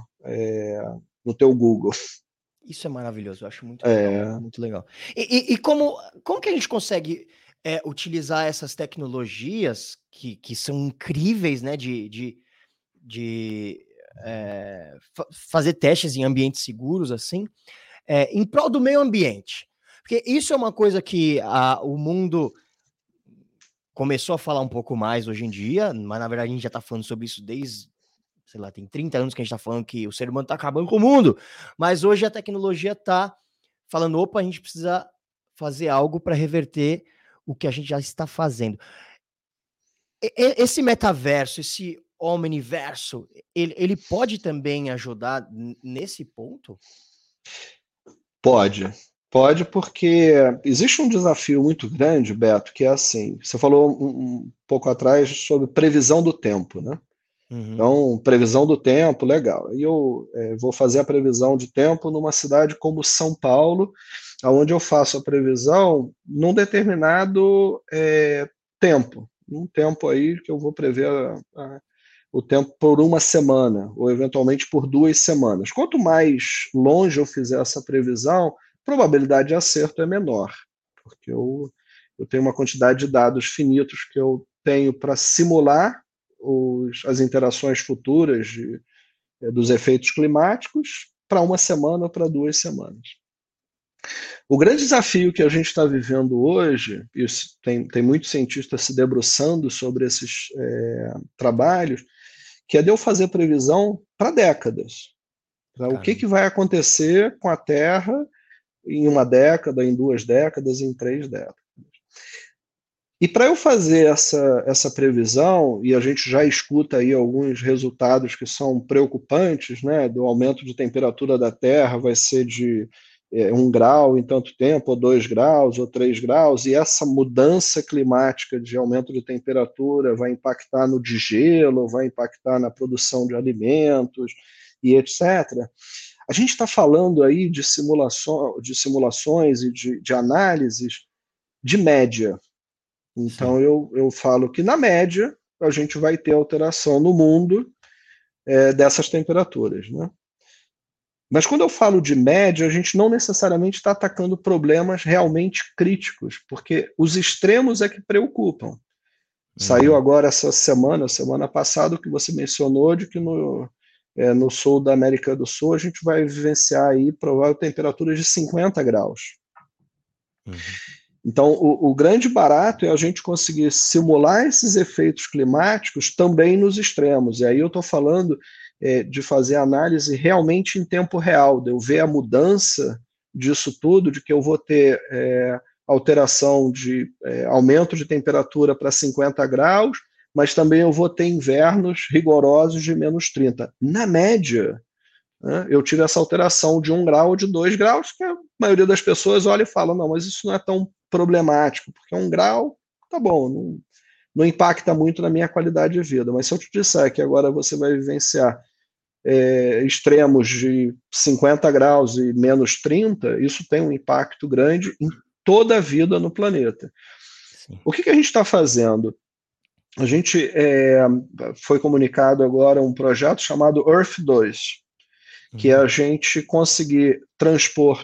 teu Google. Isso é maravilhoso, eu acho muito legal. Muito legal. E como que a gente consegue utilizar essas tecnologias que são incríveis, né, de fazer testes em ambientes seguros, assim, em prol do meio ambiente? Porque isso é uma coisa que o mundo começou a falar um pouco mais hoje em dia, mas na verdade a gente já está falando sobre isso desde, sei lá, tem 30 anos que a gente está falando que o ser humano está acabando com o mundo, mas hoje a tecnologia está falando, opa, a gente precisa fazer algo para reverter o que a gente já está fazendo. Esse metaverso, esse omniverso, ele pode também ajudar nesse ponto? Pode, porque existe um desafio muito grande, Beto, que é assim, você falou um pouco atrás sobre previsão do tempo, né? Uhum. Então, previsão do tempo, legal. E eu vou fazer a previsão de tempo numa cidade como São Paulo, onde eu faço a previsão num determinado tempo. Um tempo aí que eu vou prever o tempo por uma semana, ou eventualmente por 2 semanas. Quanto mais longe eu fizer essa previsão, a probabilidade de acerto é menor, porque eu tenho uma quantidade de dados finitos que eu tenho para simular as interações futuras dos efeitos climáticos para uma semana ou para 2 semanas. O grande desafio que a gente está vivendo hoje, e tem muitos cientistas se debruçando sobre esses trabalhos, que é de eu fazer previsão para décadas. Tá? O que vai acontecer com a Terra em uma década, em 2 décadas, em 3 décadas. E para eu fazer essa previsão, e a gente já escuta aí alguns resultados que são preocupantes, né, do aumento de temperatura da Terra vai ser de 1 grau em tanto tempo, ou 2 graus, ou 3 graus, e essa mudança climática de aumento de temperatura vai impactar no degelo, vai impactar na produção de alimentos, e etc. A gente está falando aí de simulações e de análises de média. Então, eu falo que, na média, a gente vai ter alteração no mundo dessas temperaturas. Né? Mas, quando eu falo de média, a gente não necessariamente está atacando problemas realmente críticos, porque os extremos é que preocupam. Saiu agora essa semana passada, o que você mencionou, de que no sul da América do Sul a gente vai vivenciar aí provável temperaturas de 50 graus. Então, o grande barato é a gente conseguir simular esses efeitos climáticos também nos extremos. E aí eu estou falando de fazer análise realmente em tempo real, de eu ver a mudança disso tudo, de que eu vou ter alteração de aumento de temperatura para 50 graus, mas também eu vou ter invernos rigorosos de menos 30. Na média, né, eu tive essa alteração de 1 grau ou de 2 graus, que a maioria das pessoas olha e fala, não, mas isso não é tão problemático, porque 1 grau, tá bom, não impacta muito na minha qualidade de vida. Mas se eu te disser que agora você vai vivenciar extremos de 50 graus e menos 30, isso tem um impacto grande em toda a vida no planeta. Sim. O que a gente está fazendo? A gente foi comunicado agora um projeto chamado Earth 2, que é a gente conseguir transpor,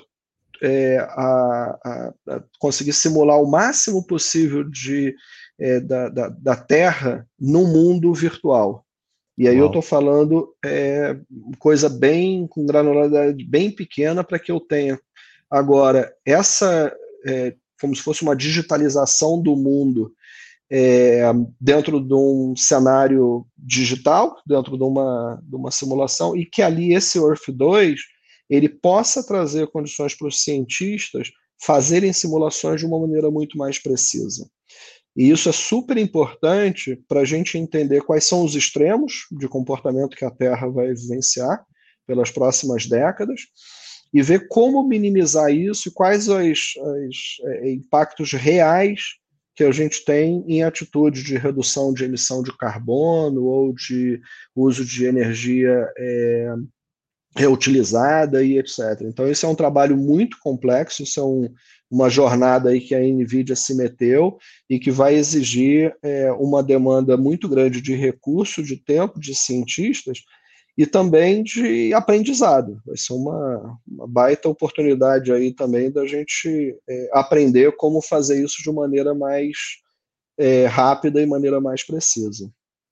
conseguir simular o máximo possível da Terra no mundo virtual. E aí eu estou falando coisa bem com granularidade bem pequena para que eu tenha agora como se fosse uma digitalização do mundo dentro de um cenário digital, dentro de uma simulação, e que ali esse Earth 2 ele possa trazer condições para os cientistas fazerem simulações de uma maneira muito mais precisa. E isso é super importante para a gente entender quais são os extremos de comportamento que a Terra vai vivenciar pelas próximas décadas e ver como minimizar isso e quais os impactos reais que a gente tem em atitudes de redução de emissão de carbono ou de uso de energia reutilizada e etc. Então, esse é um trabalho muito complexo, isso é uma jornada aí que a NVIDIA se meteu e que vai exigir uma demanda muito grande de recurso, de tempo, de cientistas e também de aprendizado. Vai ser uma baita oportunidade aí também da gente aprender como fazer isso de maneira mais rápida e maneira mais precisa.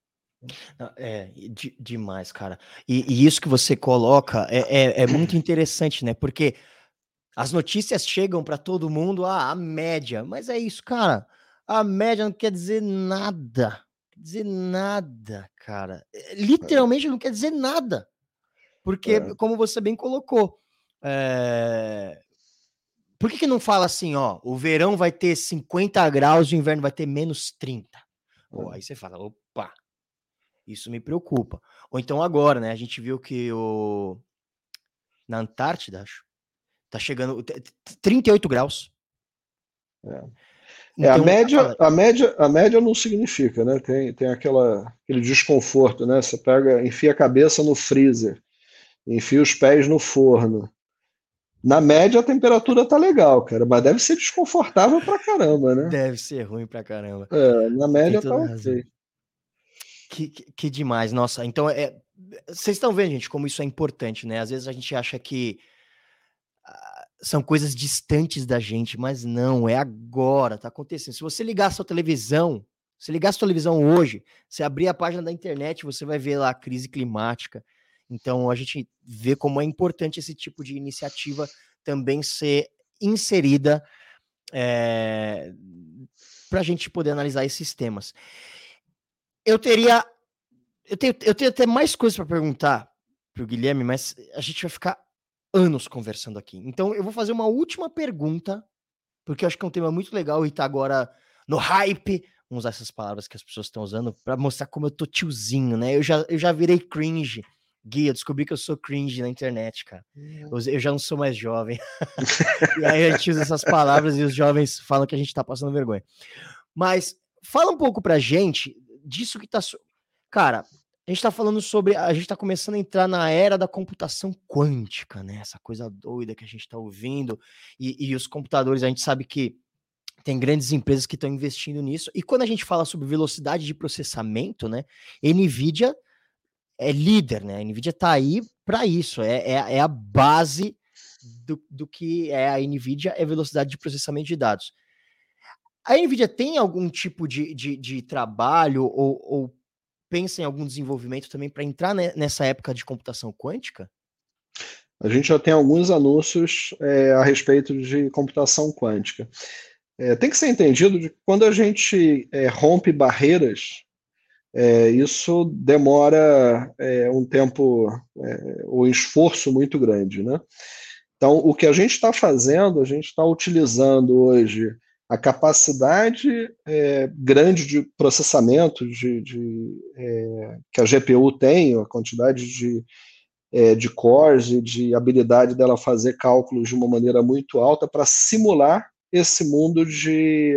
Demais, cara. E isso que você coloca é muito interessante, né? Porque as notícias chegam para todo mundo, a média, mas é isso, cara. A média não quer dizer nada. Não quer dizer nada, cara. Literalmente não quer dizer nada. Porque, como você bem colocou, por que não fala assim, ó, o verão vai ter 50 graus e o inverno vai ter menos 30? Pô, aí você fala, opa, isso me preocupa. Ou então agora, né, a gente viu que na Antártida, acho, tá chegando 38 graus. Então, a média não significa, né? Tem aquele desconforto, né? Você enfia a cabeça no freezer, enfia os pés no forno. Na média a temperatura tá legal, cara, mas deve ser desconfortável pra caramba, né? Deve ser ruim pra caramba. Na média tá ok. Que demais, nossa. Então, vocês estão vendo, gente, como isso é importante, né? Às vezes a gente acha que são coisas distantes da gente, mas não, é agora, tá acontecendo. Se você ligar a sua televisão, hoje, você abrir a página da internet, você vai ver lá a crise climática. Então, a gente vê como é importante esse tipo de iniciativa também ser inserida para a gente poder analisar esses temas. Eu tenho até mais coisas para perguntar para o Guilherme, mas a gente vai ficar anos conversando aqui. Então eu vou fazer uma última pergunta, porque eu acho que é um tema muito legal e tá agora no hype. Vamos usar essas palavras que as pessoas estão usando para mostrar como eu tô tiozinho, né? Eu já virei cringe. Gui, eu descobri que eu sou cringe na internet, cara. Eu já não sou mais jovem. E aí a gente usa essas palavras e os jovens falam que a gente tá passando vergonha. Mas fala um pouco pra gente disso que tá... Cara, a gente tá falando sobre... A gente tá começando a entrar na era da computação quântica, né? Essa coisa doida que a gente tá ouvindo. E os computadores, a gente sabe que tem grandes empresas que estão investindo nisso. E quando a gente fala sobre velocidade de processamento, né? NVIDIA é líder, né? A NVIDIA tá aí para isso. É a base do que é a NVIDIA, é velocidade de processamento de dados. A NVIDIA tem algum tipo de trabalho ou pensa em algum desenvolvimento também para entrar nessa época de computação quântica? A gente já tem alguns anúncios a respeito de computação quântica. Tem que ser entendido de que quando a gente rompe barreiras, isso demora um tempo, um esforço muito grande, né? Então, o que a gente está fazendo, a gente está utilizando hoje a capacidade grande de processamento que a GPU tem, a quantidade de cores e de habilidade dela fazer cálculos de uma maneira muito alta para simular esse mundo de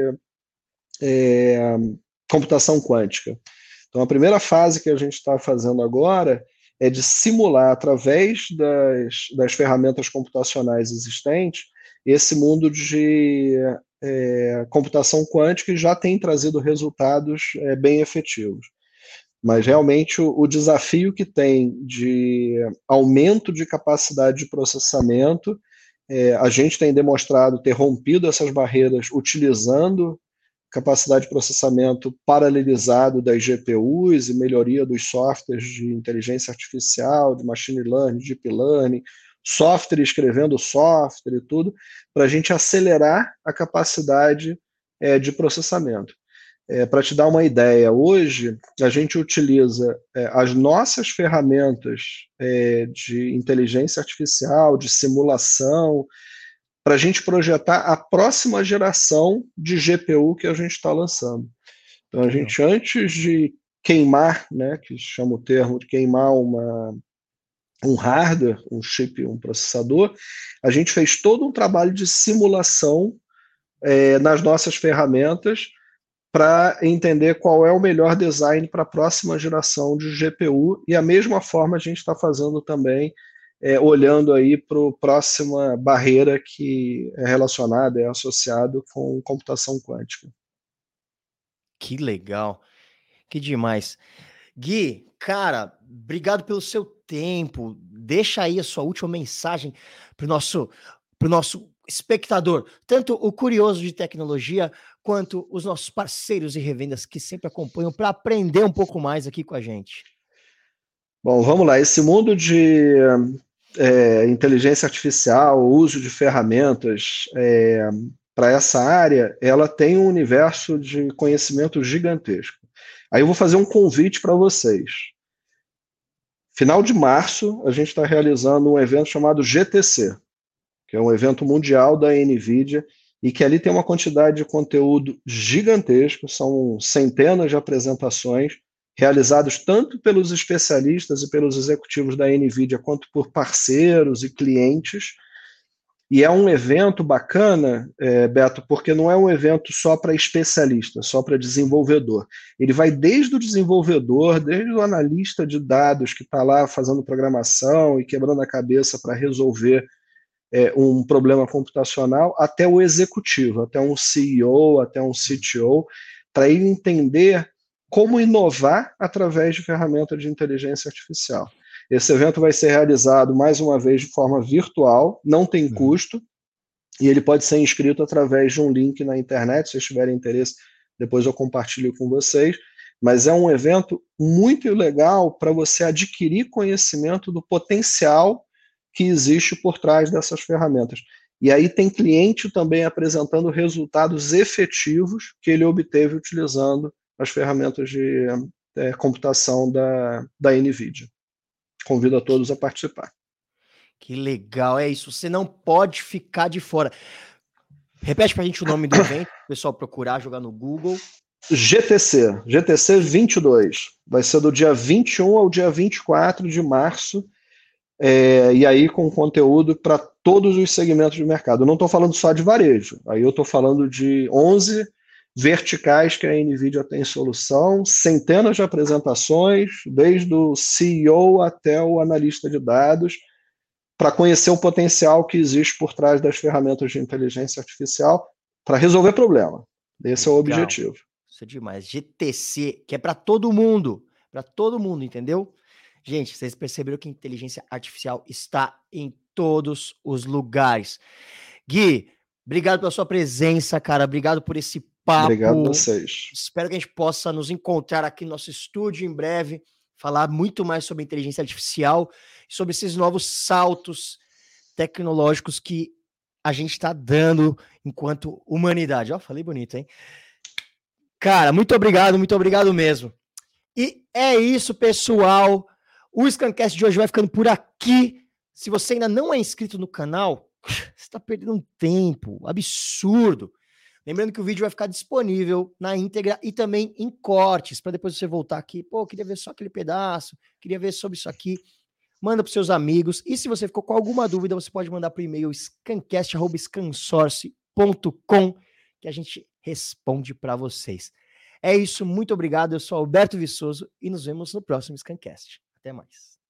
computação quântica. Então, a primeira fase que a gente está fazendo agora é de simular, através das ferramentas computacionais existentes, esse mundo de computação quântica, e já tem trazido resultados bem efetivos. Mas, realmente, o desafio que tem de aumento de capacidade de processamento, a gente tem demonstrado ter rompido essas barreiras utilizando capacidade de processamento paralelizado das GPUs e melhoria dos softwares de inteligência artificial, de machine learning, deep learning, software escrevendo software e tudo, para a gente acelerar a capacidade de processamento. Para te dar uma ideia, hoje a gente utiliza as nossas ferramentas de inteligência artificial, de simulação, para a gente projetar a próxima geração de GPU que a gente está lançando. Então, a gente, antes de queimar, né, que chama o termo de queimar um hardware, um chip, um processador, a gente fez todo um trabalho de simulação nas nossas ferramentas para entender qual é o melhor design para a próxima geração de GPU, e a mesma forma a gente está fazendo também olhando aí para a próxima barreira que é relacionada, é associado com computação quântica. Que legal, que demais. Gui, cara, obrigado pelo seu tempo. Deixa aí a sua última mensagem para o nosso espectador, tanto o curioso de tecnologia, quanto os nossos parceiros e revendas que sempre acompanham para aprender um pouco mais aqui com a gente. Bom, vamos lá. Esse mundo de inteligência artificial, o uso de ferramentas para essa área, ela tem um universo de conhecimento gigantesco. Aí eu vou fazer um convite para vocês. Final de março, a gente está realizando um evento chamado GTC, que é um evento mundial da NVIDIA, e que ali tem uma quantidade de conteúdo gigantesco, são centenas de apresentações, realizados tanto pelos especialistas e pelos executivos da NVIDIA, quanto por parceiros e clientes. E é um evento bacana, Beto, porque não é um evento só para especialista, só para desenvolvedor. Ele vai desde o desenvolvedor, desde o analista de dados que está lá fazendo programação e quebrando a cabeça para resolver um problema computacional, até o executivo, até um CEO, até um CTO, para ele entender como inovar através de ferramentas de inteligência artificial. Esse evento vai ser realizado, mais uma vez, de forma virtual, não tem custo, e ele pode ser inscrito através de um link na internet. Se vocês tiverem interesse, depois eu compartilho com vocês. Mas é um evento muito legal para você adquirir conhecimento do potencial que existe por trás dessas ferramentas. E aí tem cliente também apresentando resultados efetivos que ele obteve utilizando as ferramentas de computação da NVIDIA. Convido a todos a participar. Que legal, é isso. Você não pode ficar de fora. Repete pra gente o nome do evento, o pessoal procurar, jogar no Google. GTC 22. Vai ser do dia 21 ao dia 24 de março. E aí com conteúdo para todos os segmentos de mercado. Eu não estou falando só de varejo. Aí eu estou falando de 11 verticais que a NVIDIA tem solução, centenas de apresentações, desde o CEO até o analista de dados, para conhecer o potencial que existe por trás das ferramentas de inteligência artificial para resolver problema. Esse Legal. É o objetivo. Isso é demais. GTC, que é para todo mundo, entendeu? Gente, vocês perceberam que a inteligência artificial está em todos os lugares. Gui, obrigado pela sua presença, cara. Obrigado por esse papo. Obrigado a vocês. Espero que a gente possa nos encontrar aqui no nosso estúdio em breve, falar muito mais sobre inteligência artificial, sobre esses novos saltos tecnológicos que a gente está dando enquanto humanidade. Ó, falei bonito, hein? Cara, muito obrigado mesmo. E é isso, pessoal. O Scancast de hoje vai ficando por aqui. Se você ainda não é inscrito no canal, você está perdendo um tempo absurdo. Lembrando que o vídeo vai ficar disponível na íntegra e também em cortes, para depois você voltar aqui. Pô, queria ver só aquele pedaço, queria ver sobre isso aqui. Manda para seus amigos. E se você ficou com alguma dúvida, você pode mandar para o e-mail scancast@scansource.com, que a gente responde para vocês. É isso, muito obrigado. Eu sou Alberto Viçoso e nos vemos no próximo Scancast. Até mais.